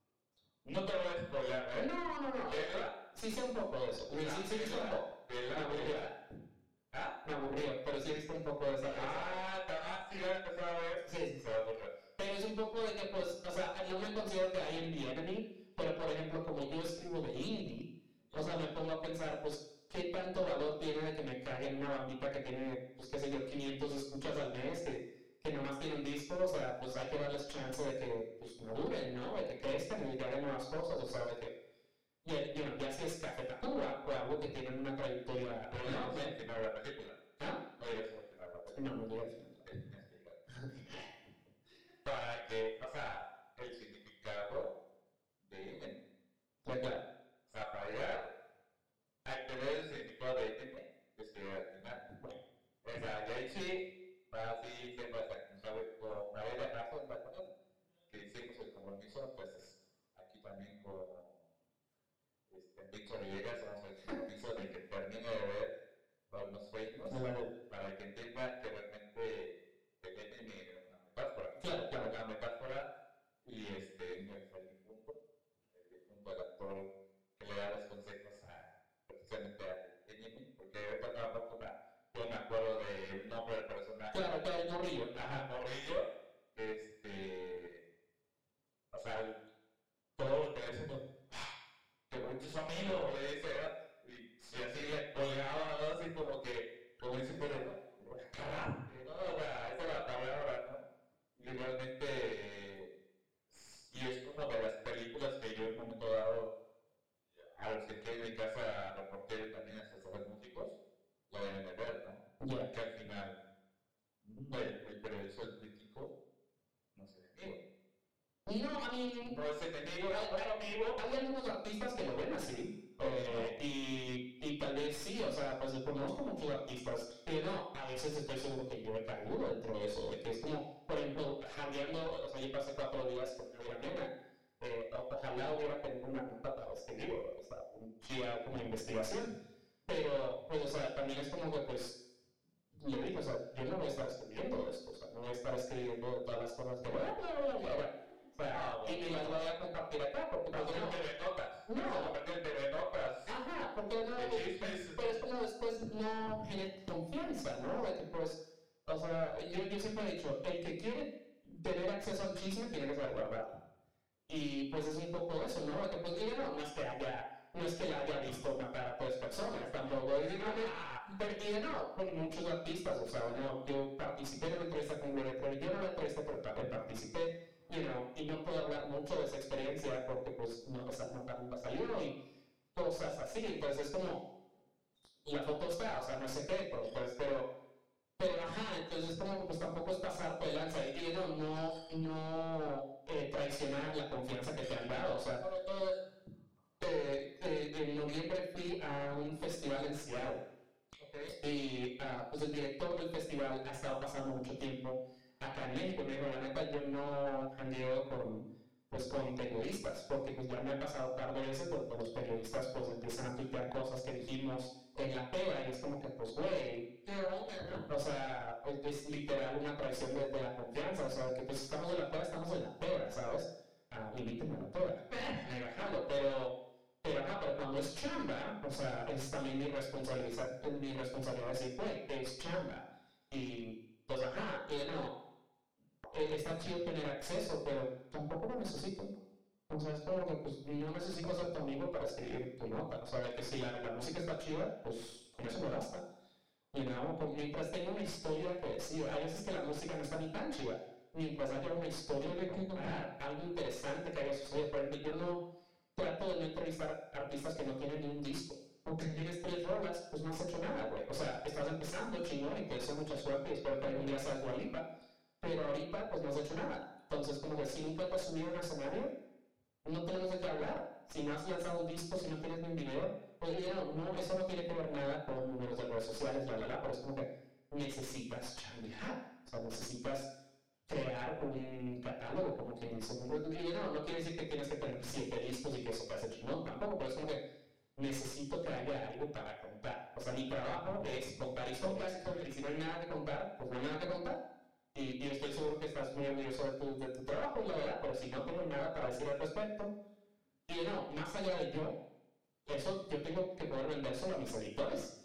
No te voy a spoiler, ¿eh? No, no, no. ¿Verdad? Sí sé un poco de eso. Sí, sí, sí he visto un poco. ¿Verdad? Me aburría. ¿Ah? Me aburría, pero sí he visto un poco de esa cosa. Ah, ah, sí, ya empezó a ver. Sí, sí, Se va a borrar. pero es un poco de que, pues, o sea, no me considero que hay en The Enemy, pero por ejemplo, como yo escribo de indie, o sea, me pongo a pensar, pues, ¿qué tanto valor tiene de que me caiga en una bandita que tiene, pues, qué sé yo, quinientos escuchas al mes, que, que nomás tiene un disco? O sea, pues hay que darles chance de que, pues, maduren, ¿no? De que crezcan y que hagan nuevas cosas, o sea, de que, y, y bueno, ya si es Café Tacuba o algo que tienen una trayectoria. Pero no sé, que no habrá película. ¿Ah? No digas que no habrá película. No, no digo eso. Para que, o sea, el significado de N. Ya, claro. O sea, para llegar a entender el significado de N, es que al final, bueno, o sea, y ahí sí, para así siempre hasta que sabe con una vez de razón, que hicimos el compromiso, pues aquí también con este, Víctor Villegas, vamos a hacer el compromiso de que termine de ver Almost Famous, para que entienda que realmente el N es una metáfora. Claro, claro. Una metáfora y este no es el difunto, el difunto del actor que le da los consejos a precisamente a N, porque ahorita trabajamos con una, yo me acuerdo del nombre del personaje. Claro, claro, el morrillo. Ajá, Morrillo, este, o sea, todo lo que le dice, que bonito su amigo, le dice, ¿verdad? Y si así le colgaba, ¿no? Así como que, como dice, pero, caramba, ¿no? O sea, esa es la palabra, ¿no? Y realmente, y es una de las películas que yo en un momento dado, a los que quieren en mi casa reportero y también a asesores músicos, lo deben de ver, ¿no? Yeah. Que al final, el, el periodista, el crítico, no es enemigo. No, a mí, No es enemigo, es amigo. hay algunos artistas que lo ven así, eh, y, y tal vez sí, o sea, pues yo conozco muchos artistas, pero a veces estoy seguro que yo he caído dentro de eso, de que es como, por ejemplo, jangueando, o sea, yo pasé cuatro días con mi nena, eh, ojalá hubiera tenido una nota para este libro, o sea, un guía como investigación, pero, pues, o sea, también es como que, pues, le digo, o sea, yo no voy a estar escribiendo esto, o sea, no voy a estar escribiendo todas las cosas que, bla, bla, bla, bla, bla. O sea, y ni las voy a compartir acá, porque pues, No, no, no te notas. no, tener confianza, ¿no? De que, pues, o sea, yo, yo siempre he dicho, el que quiere tener acceso al chisme tiene que saber guardarlo. Y pues es un poco eso, ¿no? De que, pues, yo no, no es que haya, no es que la haya visto matar a tres personas, tampoco. Y digo, pero y no, con muchos artistas, o sea, no, yo participé en una entrevista con Gloria Trevi, yo no la entrevisté, pero participé. You know, y no puedo hablar mucho de esa experiencia porque pues no, o sea, no nunca salió y cosas así, entonces es como la foto está, o sea, no es secreto, pues, pero pero ajá, entonces como pues tampoco es pasar por lanza y no, no, no eh, traicionar la confianza que te han dado, o sea, eh, eh, en noviembre fui a un festival en Seattle, okay, y uh, pues el director del festival ha estado pasando mucho tiempo acá en México, me dijo, la neta, yo no jangueo con, pues, con periodistas, porque pues ya me ha pasado un par de veces porque los periodistas pues empiezan a tuitear cosas que dijimos en la pega y es como que pues güey, o sea, es, es literal una traición de, de la confianza, o sea, que pues estamos en la pega, estamos en la pega, ¿sabes? Ah, limíteme a la pega, me bajalo, pero, pero acá, pero cuando es chamba, o sea, es también mi responsabilidad, mi responsabilidad decir, güey, es chamba, y pues acá, y no, está chido tener acceso, pero tampoco lo necesito. O sea, es como que pues, no necesito ser tu amigo para escribir tu nota. O sea, que si la, la música está chida, pues con eso me basta. Y nada, pues, mientras tenga una historia que decir, hay veces que la música no está ni tan chida. Mientras haya una historia de que contar, algo interesante que haya sucedido. Por ejemplo, yo no trato de no entrevistar artistas que no tienen ni un disco. Aunque tienes tres rolas, pues no has hecho nada, güey. O sea, estás empezando, chingón, y te deseo mucha suerte y espero que algún día seas Dua Lipa. Pero ahorita pues no has hecho nada. Entonces como que si nunca te has subido a un escenario, no tenemos de qué hablar. Si no has lanzado un disco, si no tienes ni un video, pues no, no, eso no tiene que ver nada con números de redes sociales, bla, bla, bla, pero es como que necesitas chambear, o sea, necesitas crear un catálogo, como que dice, y no, no quiere decir que tienes que tener siete discos y que eso te hace chingón, tampoco, pero es como que necesito que haya algo para contar. O sea, mi trabajo es contar historias, y si no hay nada que contar, pues no hay nada que contar. Y, y estoy seguro que estás muy orgulloso de tu, de tu trabajo, la verdad, pero si no tengo nada para decir al respecto, y no, más allá de yo, eso yo tengo que poder vender solo a mis editores.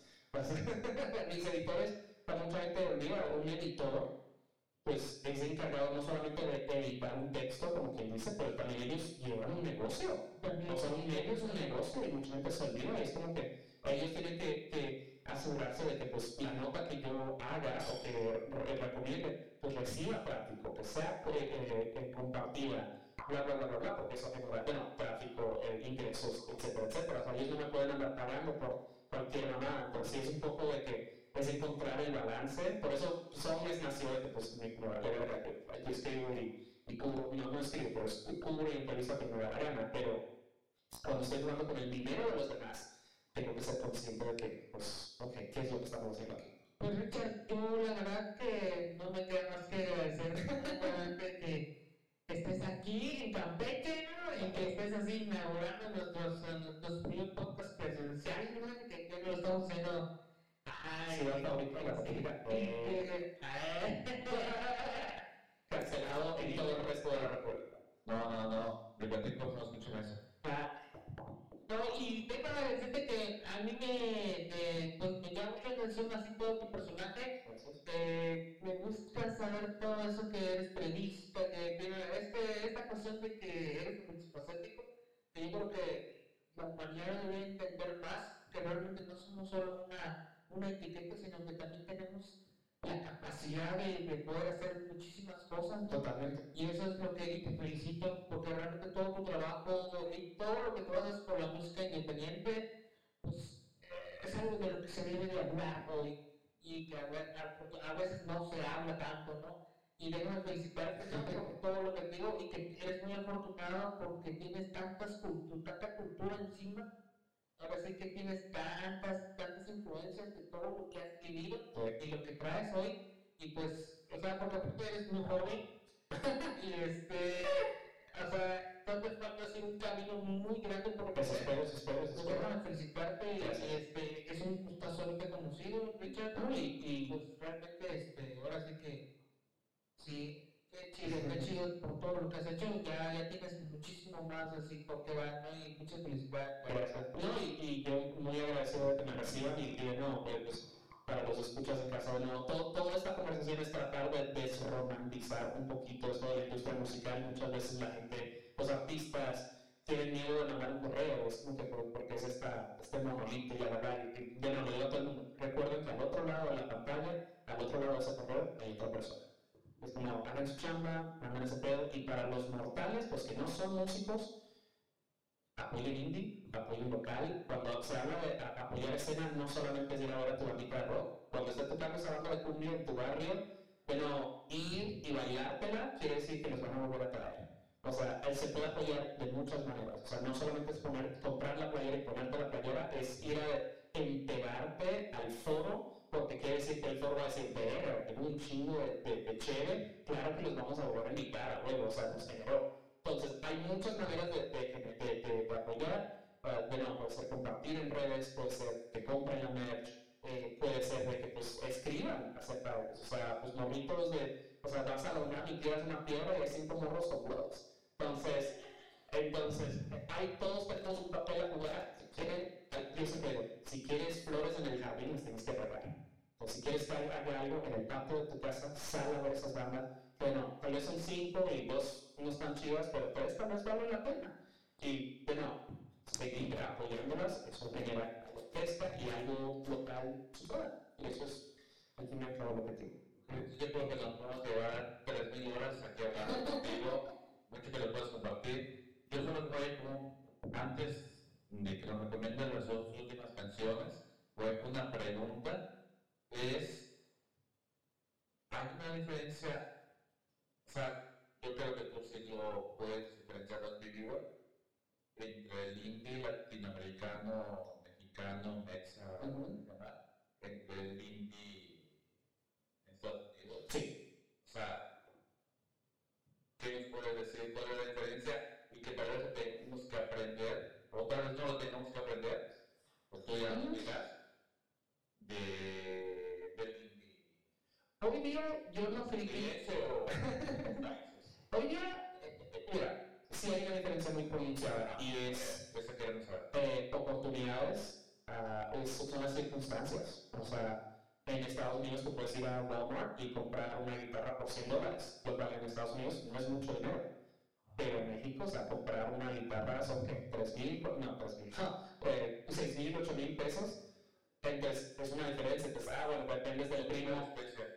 Mis editores, para mucha gente dormida, un editor, pues es encargado no solamente de editar un texto, como quien dice, pero también ellos llevan un negocio. O sea, un medio es un negocio y mucha gente se olvida, y es como que ellos tienen que, que asegurarse de que pues, la nota que yo haga o que recomiende pues reciba tráfico, que sea eh, eh, compartida, bla, bla, bla, bla, bla, porque eso genera, bueno, tráfico, eh, ingresos, etcétera, etcétera. O sea, ellos no me pueden andar pagando por cualquier mamá. Entonces, es un poco de que es encontrar el balance. Por eso, Songs nació de que, pues, me, me vale verga, que yo escribo y, y cubro, no, no escribo, pero es, cubro y entrevisto que me da la gana, pero cuando estoy jugando con el dinero de los demás, tengo que ser consciente de que, pues, ok, ¿qué es lo que estamos haciendo aquí? Pues Richard, yo la verdad que no me queda más que agradecer que estés aquí en Campeche, ¿no? Y que estés así inaugurando nuestros, nuestros primeros podcasts presenciales, ¿no? Que, que lo estamos haciendo. Ay, sí, hasta ahorita la política. Cancelado en todo el resto de la República. No, no, no, de México no escuchen eso. No, y déjame decirte que a mí me, me, pues, me llama mucho la atención así todo tu personaje. Eh, me gusta saber todo eso que eres periodista, que tiene este, esta cuestión de que eres multifacético, que yo creo que la humanidad debe entender más, que realmente no somos solo una, una etiqueta, sino que también tenemos la capacidad de, de poder hacer muchísimas cosas, ¿no? Totalmente. Y eso es lo que te felicito, porque realmente todo tu trabajo y todo lo que tú haces por la música independiente, pues eh, es algo de lo que se debe de hablar, ¿no? Y, y que a, a, a veces no se habla tanto, ¿no? Y déjame felicitarte, ¿no? Por todo lo que te digo, y que eres muy afortunado porque tienes tantas cultu tanta cultura encima. Ahora sí que tienes tantas, tantas influencias de todo lo que has vivido y lo que traes hoy. Y pues, o sea, porque tú eres muy joven. Y este, o sea, no te falta hacer un camino muy grande por Pues espero, espero, espero. Déjame felicitarte y este, es un gustazo haberte conocido, Richard, ¿no? Y, y pues realmente, este, ahora sí que, sí. Qué chido, qué chido por todo lo que has hecho. Ya, ya tienes muchísimo más así por qué va, ¿no? Y muchas felicidades. Gracias. No, y, y yo muy agradecido de que me reciban y, y no, pues, para los escuchas en casa, bueno, todo, toda esta conversación es tratar de desromantizar un poquito esto de la industria musical. Muchas veces la gente, los artistas, tienen miedo de mandar un correo, es como que por, porque es esta, este monolito y la verdad, y ya no lo digo a todo el mundo. Recuerden que al otro lado de la pantalla, al otro lado de ese correo, hay otra persona. Es como, hagan su chamba, hagan ese pedo, y para los mortales, pues que no son músicos, apoyen indie, apoyen local. Cuando se habla de a, apoyar escena, no solamente es ir a ver a tu bandita de rock. Cuando esté tocando esa banda de cumbia en tu barrio, bueno, ir y bailártela quiere decir que les van a volver a traer. O sea, él se puede apoyar de muchas maneras. O sea, no solamente es poner, comprar la playera y ponerte la playera, es ir a entregarte al foro, porque quiere decir que el foro va a decir, verga, tengo un chingo de, de, de chévere, claro que los vamos a volver a invitar a huevo, o sea, nos generó. Entonces, hay muchas maneras de, de, de, de, de apoyar. Uh, bueno, puede ser compartir en redes, puede ser que compren la merch, eh, puede ser de que pues escriban acerca de eso. O sea, pues morritos de, o sea, vas a la UNAM y tiras una piedra y hay cinco morros con huevos. Entonces, entonces, hay todos tenemos un papel a jugar. Si quieren, yo sé que si quieres flores en el jardín, las tienes que regar. O si quieres traer algo en el patio de tu casa, sal a ver esas bandas. Bueno, tal vez son cinco y dos no están chivas, pero tres tal vez valen la pena. Y bueno, seguir apoyándolas, eso genera orquesta y algo local suceda. Y eso es, al fin y al cabo, lo que digo. Yo creo que nos podemos llevar tres mil horas aquí hablando contigo. Mucho que lo puedes compartir. Yo solo voy como antes de que nos recomienden las dos últimas canciones, voy con una pregunta. Es, ¿hay una diferencia? O sea, yo creo que tú sí lo puedes diferenciar los vivo entre el indie latinoamericano, mexicano, mexa, uh-huh. entre el indie en Estados Unidos. Sí. O sea, ¿qué nos puedes decir? ¿Cuál es la diferencia? Y que tal vez tenemos que aprender, o tal vez no lo tengamos que aprender, pues tú ya nos dirás, de, del indie. Hoy día yo no friqué. Hoy día, mira, sí hay una diferencia muy pronunciada y es eh, oportunidades, uh, es, son las circunstancias. O sea, en Estados Unidos tú puedes ir a Walmart y comprar una guitarra por cien dólares, lo cual en Estados Unidos no es mucho dinero. Pero en México, o sea, comprar una guitarra son que tres mil, no, tres mil, no, eh, seis mil, ocho mil pesos. Entonces, es una diferencia. Entonces, ah, bueno, dependes del primo.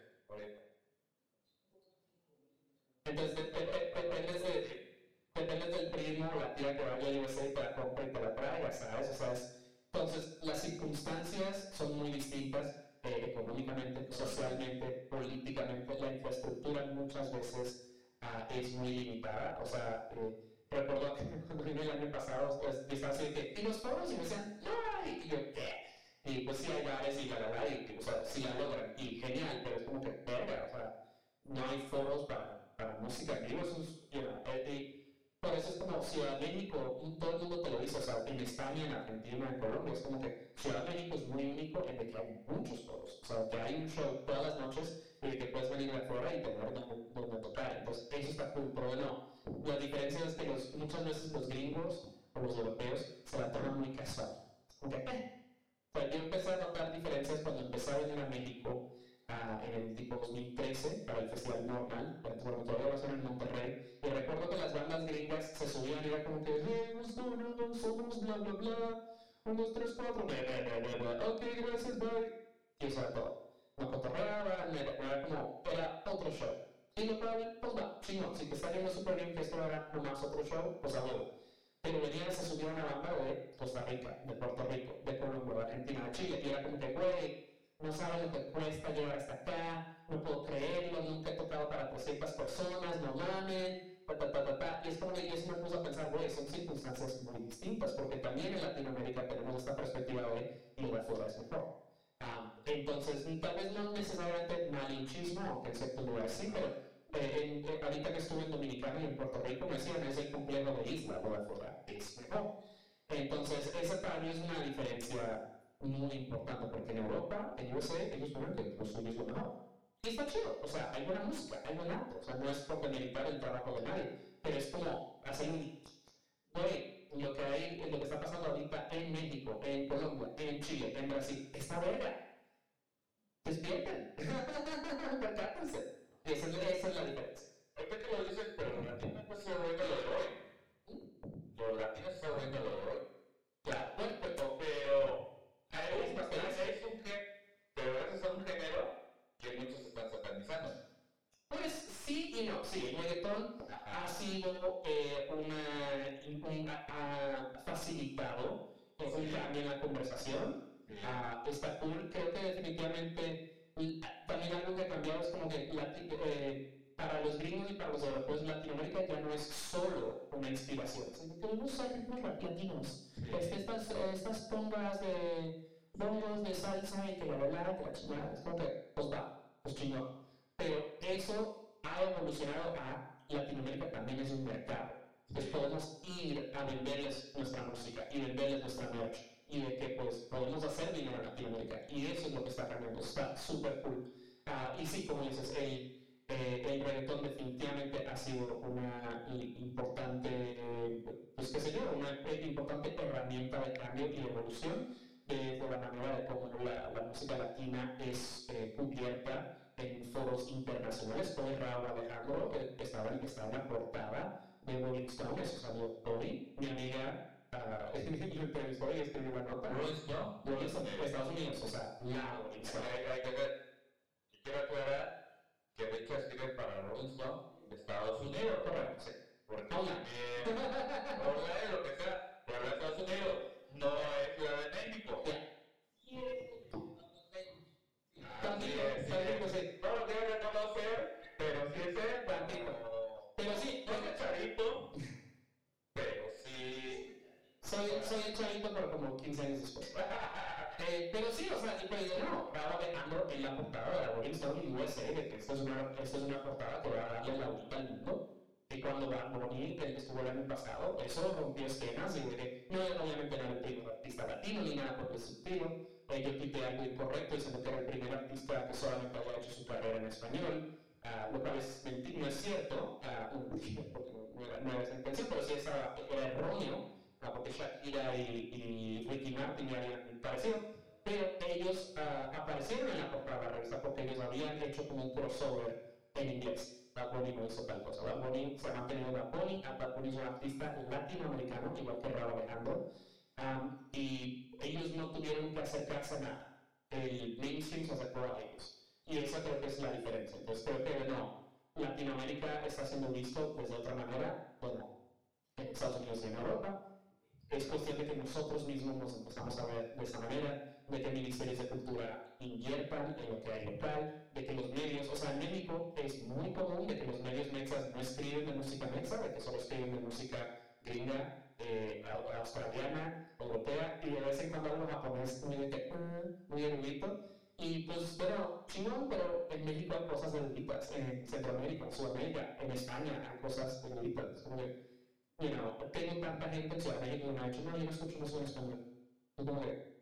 Entonces, dependes de, dependes del primo, la tía que vaya a U S A y te la compra y te la traiga, ¿sabes? O sea, es, entonces, las circunstancias son muy distintas, eh, económicamente, socialmente, políticamente. La infraestructura muchas veces uh, es muy limitada. O sea, eh, recuerdo que cuando vine el año pasado, pues, yo estaba así de que, ¿y los foros? Y me decían, no hay. Y yo, ¿qué? Y pues sí hay bares y la la la, y o sea, sí la logran, y genial, pero es como que, verga, o sea, no hay foros para, para música en vivo, eso es, you know, y por eso es como Ciudad de México, todo el mundo te lo dice, o sea, en España, en Argentina, en Colombia, es como que Ciudad de México es muy único en el que hay muchos foros, o sea, que hay un show todas las noches y que puedes venir de afuera y tener donde, donde tocar, entonces eso está cool, pero bueno, la diferencia es que los, muchas veces los gringos o los europeos se la toman muy casual, como que, eh, pues yo empecé a notar diferencias cuando empecé a venir a México uh, en el tipo dos mil trece para el Festival Normal, bueno, todavía va a ser en Monterrey, y recuerdo que las bandas gringas se subían y era como que hey, what's going on, somos bla bla bla, uno, dos, tres, cuatro, bla bla bla bla bla, ok, gracias, bye, y eso era todo. No cotorreaban, era, era como, era otro show. Y lo cual, pues va, chingón, si te está yendo súper bien que esto era nomás otro show, pues a huevo. Pero venían, se subía una banda de Costa Rica, de Puerto Rico, de Colombia, de Argentina, de Chile, y era como que, güey, no saben lo que cuesta llegar hasta acá, no puedo creerlo, nunca he tocado para trescientas personas, no mamen, ta, ta, ta, ta, ta. Y es como que yo sí me puse a pensar, güey, son circunstancias muy distintas, porque también en Latinoamérica tenemos esta perspectiva de lo de afuera es mejor. Um, entonces, tal vez no necesariamente malinchismo, aunque en ciertos lugares sí, pero Eh, en, eh, ahorita que estuve en Dominicana y en Puerto Rico me decían es el complejo de isla, lo de afuera es mejor. Entonces esa para mí es una diferencia muy importante porque en Europa, en U S A, ellos ponen que los suyos es lo mejor. Y está chido, o sea, hay buena música, hay buen arte, o sea, no es por demeritar el trabajo de nadie, pero es como hacer un... Güey, lo que hay, lo que está pasando ahorita en México, en Colombia, en Chile, en Brasil, está verga. despierten, percátense. Esa es, esa es la diferencia. Ahorita que lo dices, pero los latinos pues se vuelve lo de hoy. Los latinos se vuelven lo de hoy. Claro, bueno, pero, Pero hay Es un, más feliz. es un género, pero ese es un género que muchos están satanizando. pues sí y no. Sí, el reggaetón ha sido eh, una, un, ha facilitado eh, un cambio en la conversación. Ah, está cool. Creo que definitivamente y, ah, también algo que ha cambiado es como que lati- eh, para los gringos y para los europeos Latinoamérica ya no es solo una inspiración, sino que queremos ser ritmos latinos. Es que estas, estas pongas de bongos de salsa y que la verdad que la chingada es como que pues va, pues chingón. Pero eso ha evolucionado a Latinoamérica también es un mercado. Entonces podemos ir a venderles nuestra música y venderles nuestra merch y de que pues podemos hacer dinero en Latinoamérica y eso es lo que está cambiando, está súper cool. Uh, y sí, como dices, el, eh, el reggaetón definitivamente ha sido una importante, eh, pues qué sé yo, una importante herramienta de cambio y de evolución desde la manera de cómo la, la música latina es eh, cubierta en foros internacionales. Hoy Raúl Alejandro, que estaba, estaba en la portada de Rolling Stone, eso salió hoy, mi amiga Uh, lo entrevistó y escribió la nota. Rolling Stone. Rolling Stone de Estados Unidos, o sea, la Rolling Stone. Hay, hay que ver. Y quiero aclarar que Richard escribe para Rolling Stone de Estados Unidos. Correcto, sí. Porque Online. eh, online, lo que sea, pero de Estados Unidos no es la de México. Tantito, tantito, sí. No lo quiero reconocer, pero sí es él. Tantito. Pero sí, No es el chavito, pero sí. soy, soy el chavito, pero como quince años después. Eh, pero sí, o sea, pero yo no, Raúl Alejandro en la portada de la Rolling Stone U S A, de que esto es una, esto es una portada que va a darle la vuelta al mundo. Y cuando Bad Bunny, que estuvo el año pasado, eso rompió esquemas y de que no era obviamente no era el primer artista latino ni nada por el estilo. Eh, yo tuiteé algo incorrecto diciendo que era el primer artista que solamente había hecho su carrera en español, uh, lo cual es mentira, no es cierto, uh, porque no era, no era esa intención, pero sí esa, era erróneo, uh, porque Shakira y, y Ricky Martin ya habían aparecido, pero ellos uh, aparecieron en la portada de la revista porque ellos habían hecho como un crossover en inglés. Bad Bunny no hizo tal cosa. Bad Bunny se ha mantenido Bad Bunny. Bad Bunny es un artista latinoamericano, igual que Raúl Alejandro. Um, y ellos no tuvieron que acercarse a nada. El mainstream se acercó a ellos. Y esa creo que es la diferencia. Entonces creo que no. Latinoamérica está siendo visto pues, de otra manera. Bueno, en Estados Unidos y en Europa. Es cuestión de que nosotros mismos nos empezamos a ver de esa manera, de que ministerios de cultura inviertan en lo que hay local, de que los medios, o sea, en México es muy común de que los medios mexas no escriben de música mexa, de que solo escriben de música gringa, eh, australiana, europea, y de vez en cuando algo japonés muy, de, uh, muy erudito. Y pues, bueno, chingón, pero en México hay cosas eruditas, en Centroamérica, en Sudamérica, en España hay cosas eruditas. Como que, you know, tengo tanta gente en Ciudad de México que me ha dicho, no, yo no escucho música en español. Es como que,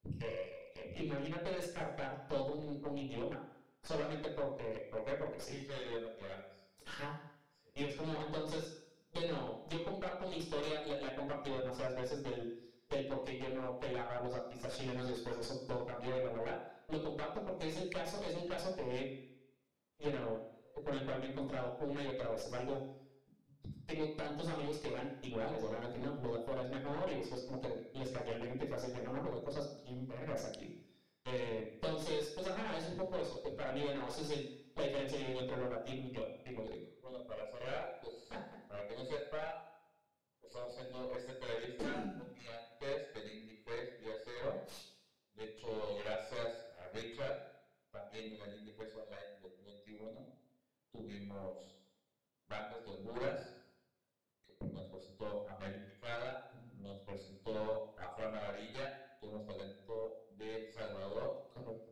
eh, imagínate descartar todo un, un idioma, solamente porque, ¿por qué? Porque sí. Sí, sí, lo que haces. Ajá. Y es como, entonces, bueno, yo comparto mi historia, la, la he compartido demasiadas veces del, del por qué yo no pelaba a los artistas chilenos y después eso todo cambió de la verdad. Lo comparto porque es el caso, es un caso que, you know, con el cual me he encontrado una y otra vez. Es algo, tengo tantos amigos que van iguales, obviamente no, lo de afuera es mejor y después como que les cambia el límite fácil de no, no, no, hay cosas bien vergas aquí. Eh, entonces, pues ajá, es un poco eso. Para mí, bueno, esa es el, la diferencia entre lo latino y yo, digo, digo. Bueno, para cerrar, pues, para que no sepa, estamos haciendo esta entrevista un día antes del Indie Fest día cero. De hecho, gracias a Richard, también en el Indie Fest Online dos mil veintiuno, tuvimos bandas de Honduras, que nos presentó América Picada, nos presentó a Fran Navarilla, tuvimos talento de El Salvador,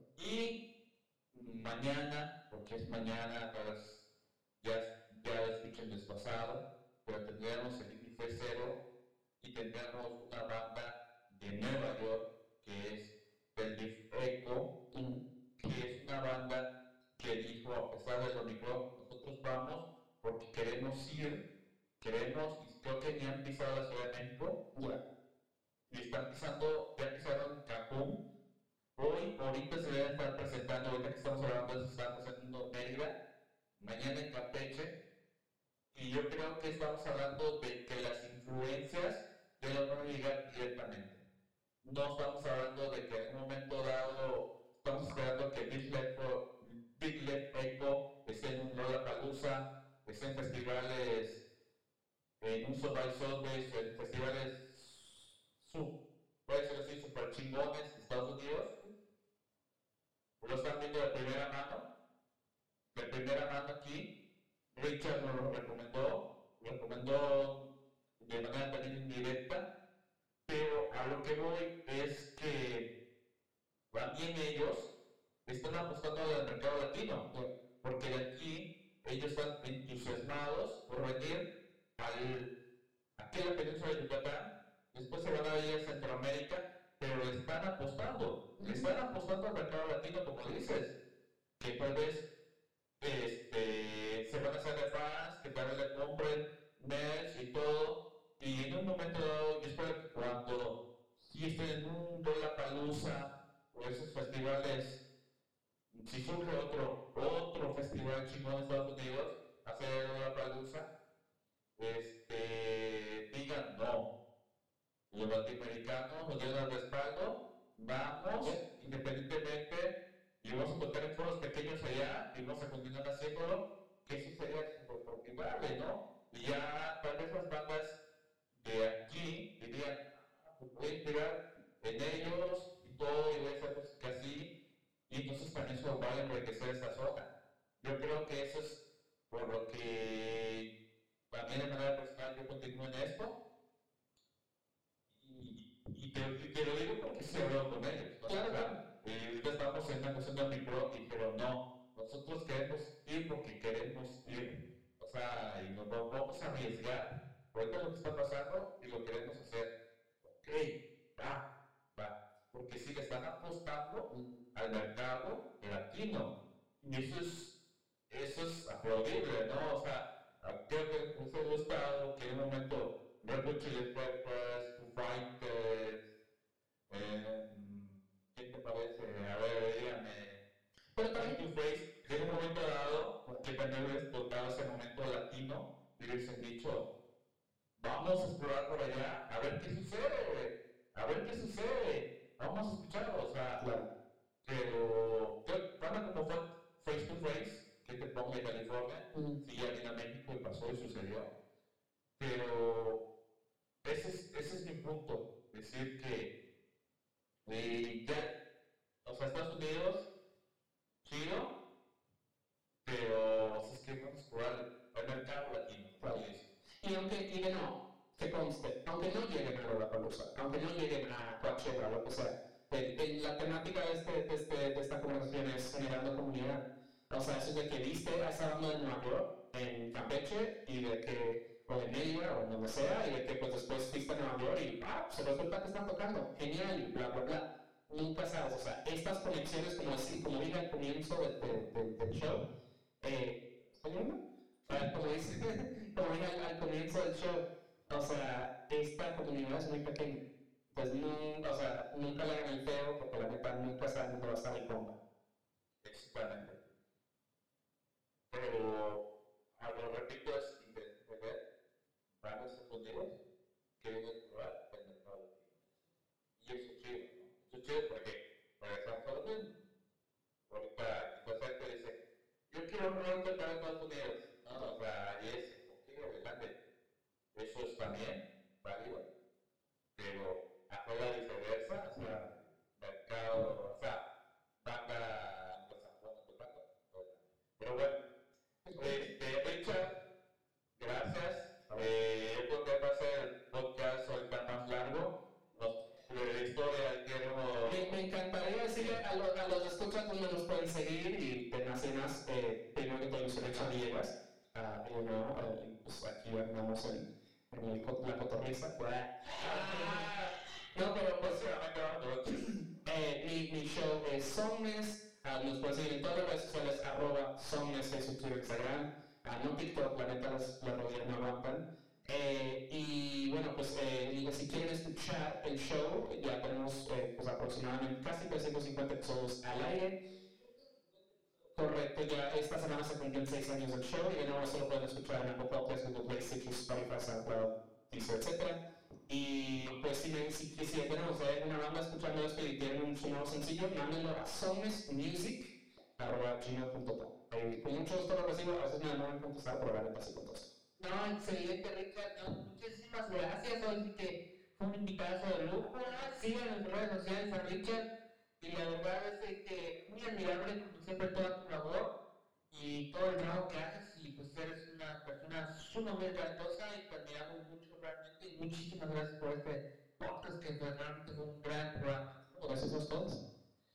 y mañana, porque es mañana, tal vez ya, ya lo escuchen desfasado, pero tendríamos el Indie Fest cero y tendríamos una banda de Nueva York que es el Echo, que es una banda que dijo, a pesar de lo micro, nosotros vamos porque queremos ir, queremos, y creo que ni han pisado la Ciudad de México, y están pisando, ya pisaron Cancún, Hoy, ahorita se deben estar presentando, ahorita que estamos hablando de eso, están presentando en Mérida, mañana en Campeche, y yo creo que estamos hablando de que las influencias ya no van a llegar directamente. No estamos hablando de que en un momento dado estamos esperando que Big Left, Big Left Echo esté en un Lollapalooza, esté en festivales, en un South by Southwest, en festivales sub, puede ser así, super chingones de Estados Unidos. Lo están viendo de primera mano, de primera mano aquí. Richard nos lo recomendó, lo recomendó de manera también indirecta, pero a lo que voy es que también ellos están apostando al mercado latino, porque de aquí ellos están entusiasmados por venir al, aquí a la península de Yucatán, después se van a ir a Centroamérica, pero están apostando, están apostando al mercado latino, como dices, que tal vez este, se van a hacer de fans, que tal vez le compren merch y todo, y en un momento dado, yo espero que cuando si estén en un Lollapalooza o esos festivales, si surge otro, otro festival chingón en Estados Unidos, hacer Lollapalooza, este, digan no. Los latinoamericanos nos dieron el respaldo, vamos, independientemente, y vamos a tocar en foros pequeños allá, y vamos a continuar haciéndolo, que eso sería súper confirmable, ¿no? Y ya tal vez las bandas de aquí dirían, ah, pues voy a inspirar en ellos y todo, y voy a hacer música así, y entonces también eso va a enriquecer esta zona. Yo creo que eso es por lo que también de manera personal yo continúo en esto. Y te, te lo digo porque sí he hablado con ellos, ¿no? Claro, claro. Y ahorita estamos en una cuestión de micro, pero no, nosotros queremos ir porque queremos ir, o sea, y nos vamos a arriesgar. Ahorita lo que está pasando y lo queremos hacer, ok, va, va, porque sí le están apostando al mercado latino, y eso es, eso es aplaudible, ¿no? O sea, creo que nos ha gustado que en un momento Red Hot Chili Peppers, Foo Fighters, eh, ¿qué te parece? A ver, dígame. Pero también tu Face, en un momento dado, que también hubiera explotado ese momento latino, y hubiesen dicho, vamos a explorar por allá, a ver qué sucede, a ver qué sucede, vamos a escucharlo, o sea, claro. Pero, ¿cuándo como fue Face to Face, que te pongo de California, mm. si ya vine a México y pasó y sucedió? Pero ese es, ese es mi punto, decir que eh, ya, o sea, Estados Unidos, chido, pero si es que vamos a explorar el mercado latino, claro. Y aunque, y de no, que conste, aunque no lleguen a Lollapalooza, aunque no lleguen a Coachella, lo que sea, en, en la temática de, este, de, este, de esta conversación es generando comunidad. O sea, eso es de que viste a esa banda en Nueva York, en Campeche, y de que, o en Mérida, o en donde sea, y de que pues después viste a Nueva York y ¡ah! Se resulta que están tocando, genial, y bla, bla, bla. Nunca sabes, o sea, estas conexiones, como, así, como dije al comienzo del, del, del, del show, eh, ¿estoy viendo? Como dice, como dije al, al comienzo del show, o sea, esta comunidad es muy pequeña. Pues no, o sea, nunca le hagan el feo porque la neta nunca saben dónde va a estar el compa. Exactamente. Pero, a lo repito, es entender bandas secundarias que vienen a explorar el mercado latino. Y eso es chido, ¿no? Eso es chido porque regresamos a lo mismo. Ahorita, quizás gente dice, yo quiero un rol de Estados Unidos. No, o sea, y es, ok, adelante. Eso es también válido. Pero, hacer la viceversa, o sea, mercado, o sea, banda, pues, pero bueno, este, Richard, gracias. Eh, yo creo que va a ser el podcast ahorita más largo. Nos, de historia quiero. Me, me encantaría decirle a, lo, a los escuchas dónde nos pueden seguir y de nacenas, eh, primero que todo, Richard Villegas. Uh, you know, uh, pues aquí andamos en, en el, la cotorriza. No, pero pues eh, mi, mi show es Somnes. Uh, nos pueden seguir en todas las redes sociales, arroba Somnes, Facebook, Twitter, Instagram. Uh, no TikTok, la neta las, las rodillas no aguantan. Eh, y bueno, pues eh, digo, si quieren escuchar el show, ya tenemos eh, pues, aproximadamente casi trescientos cincuenta episodios al aire. Correcto, ya esta semana se cumplen seis años del show y de nuevo solo pueden escuchar en Apple Podcasts, Google Play, Stitcher, Spotify, SoundCloud, Deezer, etcétera. Y pues si, me, si, si tenemos eh, una banda escuchando esto y tienen un nuevo sencillo, mándenlo a sonesmusic arroba gmail punto com. Eh, con mucho gusto lo recibo, a veces me demoran en contestar, pero realmente así contesto. No, excelente, Richard. No, muchísimas gracias. Hoy sí que fue un invitado de lujo. Sigan en redes sociales a Richard. Y la verdad es que muy admirable, como siempre, toda tu labor y todo el trabajo que haces. Y pues eres una persona sumamente talentosa y te admiramos mucho realmente. Y muchísimas gracias por este podcast que pues, realmente fue un gran programa. Gracias a todos.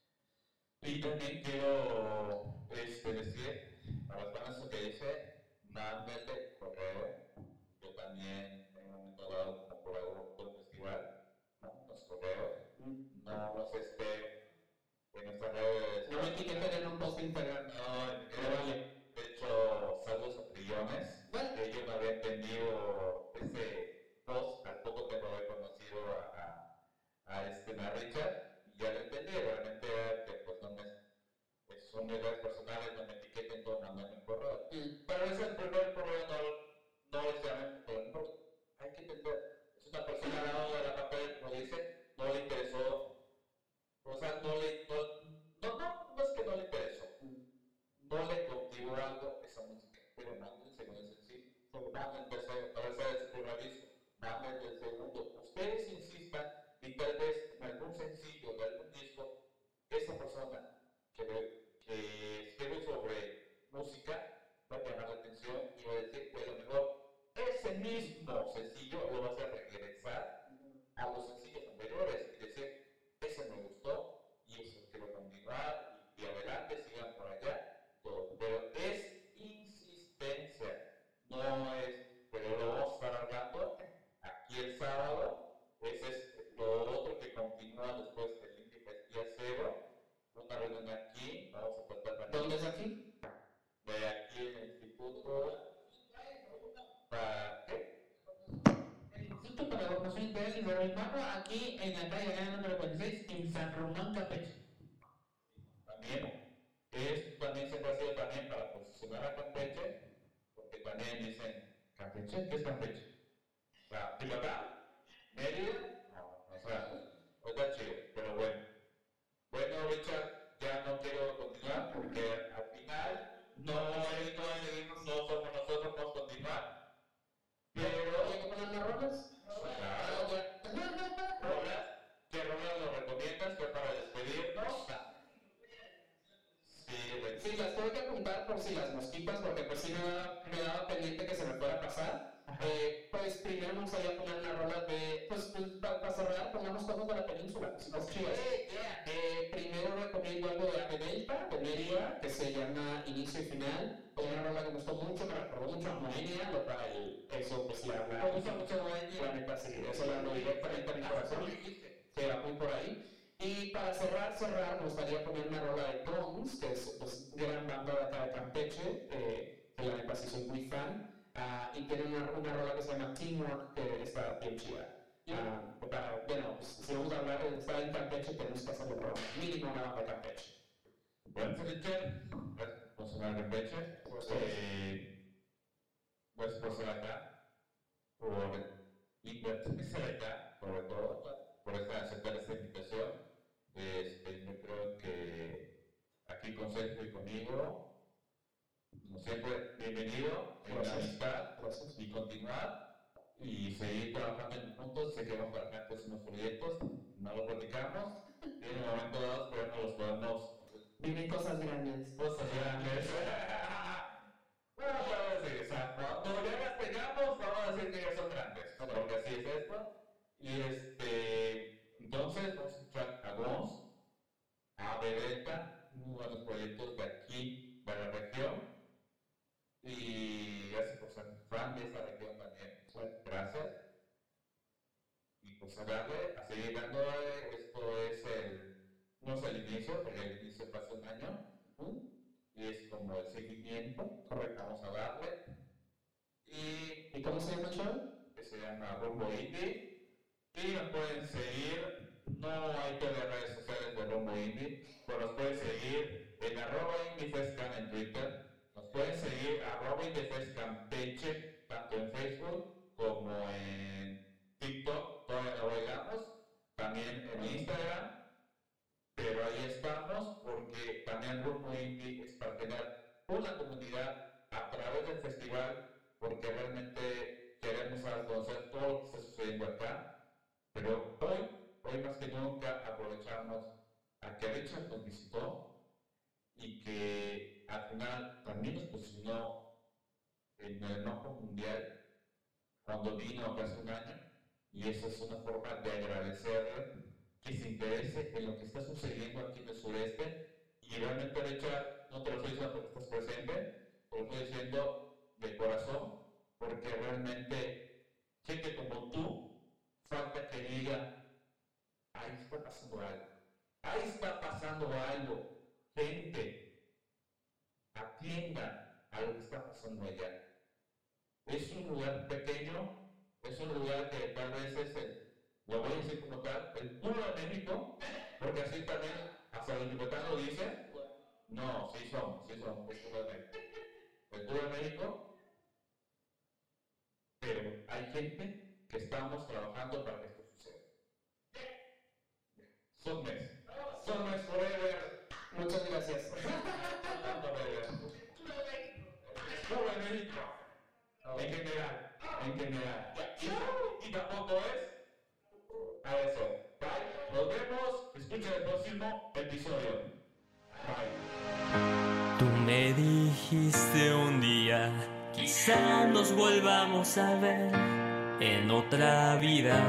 Y también quiero este, decir a las bandas que dice, mándenle correo. Yo también en un momento dado como colaborador del festival, los correos, no los espero en nuestras redes. No me etiqueten en un post de Instagram. No, eh, de hecho, saludos a Trillones. Bueno. Ellos no habían entendido ese post, al poco tiempo haber conocido a, a, a este a Richard, y ya lo entendí, realmente que pues no me, pues, son mis redes personales, no me etiqueten todo, mandan un correo. Mm. Pero ese es el primer correo, no, no les llamen, pero no, hay que entender, es una persona al lado de la papel, como dice, no le interesó, o sea, no le, no, no, no, no es que no le interesó, no le cautivó algo esa música, pero mándense con el sencillo, manden el tercero, para hacer el primer disco, manden el segundo, ustedes insistan y tal vez en algún sencillo de algún disco, esa persona que, que escribe sobre música va a llamar la atención y va a decir que a lo mejor ese mismo sencillo lo vas a regresar a los sencillos anteriores y decir, ese me gustó y eso quiero continuar y, y adelante, sigan por allá, todo. Pero es insistencia, no es, pero lo vamos a estar hablando aquí el sábado, ese es lo otro que continúa después del Indie Festival Cero, una reunión aquí, vamos a tratar también. ¿Dónde es aquí? De aquí en el Instituto para ¿qué? El Instituto para la Formación Integral y Desarrollo aquí en la calle Gana número cuarenta y seis en San Román, Campeche. También, esto también se ha sido también para posicionar a Campeche, porque también dicen, ¿Campeche? ¿Qué es Campeche? O sea, ¿Tilacá? ¿Mérida? No, o sea, pues está chido, pero bueno. Bueno, Richard, ya no quiero continuar porque al final no, él no seguimos, no somos nosotros, vamos a continuar. Pero, ¿Hay que poner las rolas? claro, rolas, ¿qué rolas nos recomiendas que para despedirnos? Sí, Richard. Sí, las tengo que apuntar por si las mosquitas, porque pues sí me daba, me daba pendiente que se me fuera a pasar. Eh, pues primero me gustaría poner una rola de, pues, pues para pa cerrar, pongamos cosas de la península, pues, más chivas. Eh, primero recomiendo algo de Ave Delta, de Mérida, que se llama Inicio y Final. Fue una rola que me gustó mucho, me recordó mucho a Moenia, lo cual eso pues la habla. Me gusta mucho Moenia. La neta, sí, eso la hablo directamente a mi corazón. Que va muy por ahí. Y para cerrar, cerrar, me gustaría poner una rola de Dons, que es pues, gran banda de acá de Campeche, eh, que la neta sí soy muy fan. Uh, y tiene una, una rola que se llama Teamwork, que está bien chida. Uh, para, bueno, pues, si vamos a hablar de estar en Campeche, tenemos que hacerlo por mínimo una banda de Campeche. Bueno, Richard, gracias por sonar de Campeche. Eh, gracias por estar acá, por invertirse acá, sobre todo, por esta, aceptar esta invitación. Este, yo creo que aquí con Sergio y conmigo, como siempre, bienvenido en la amistad y continuar y seguir trabajando juntos. Sé que vamos a trabajar próximos proyectos, no lo platicamos, en un momento dado, pero no los podemos. Vienen cosas grandes. Cosas grandes. Bueno, vamos a decir, o sea, cuando ya las tengamos, vamos a decir que ya son grandes, porque así es esto. Y este, entonces, vamos a escuchar a Gons, a Bedelta, muy buenos proyectos de aquí, de la región. Y gracias por ser fan de esta región también. Bueno, gracias. Y pues a darle, a seguir dando, esto es el, no es el inicio, porque el inicio fue hace un año. ¿sí? Y es como el seguimiento, correcto, vamos a darle. Y, ¿Y cómo se llama el show? que se llama Rumbo Indie. Y nos pueden seguir, no hay que ver redes sociales de Rumbo Indie, pero nos pueden seguir en arroba IndieFestCam en Twitter, nos pueden seguir arroba IndieFestCam Teche, tanto en Facebook como en TikTok, todavía no bailamos, también en Instagram, pero ahí estamos porque también Rumbo Indie es para tener una comunidad a través del festival, porque realmente queremos conocer todo lo que está sucediendo acá, pero hoy, hoy más que nunca aprovechamos a que Richard nos visitó y que al final también nos posicionó en el mapa mundial cuando vino hace un año, y eso es una forma de agradecerle que se interese en lo que está sucediendo aquí en el sureste. Y realmente, Richard, no te lo estoy diciendo porque estás presente, te lo estoy diciendo de corazón, porque realmente gente como tú falta que diga, ahí está pasando algo, ahí está pasando algo, gente, atienda a lo que está pasando allá. Es un lugar pequeño, es un lugar que tal vez es el, lo voy a decir como tal, el culo de México, porque así también hasta los mexicanos lo dicen. No, sí somos, sí somos, el culo de México. El culo de México, pero hay gente que estamos trabajando para que esto suceda. Sunmes, Sunmes Forever. Muchas gracias. Culo de México. En general, en general. Y, y tampoco es a eso. Bye. Nos vemos. Escucha el próximo episodio. Bye. Tú me dijiste un día, quizá nos volvamos a ver en otra vida,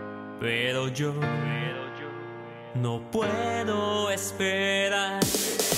pero yo no puedo esperar.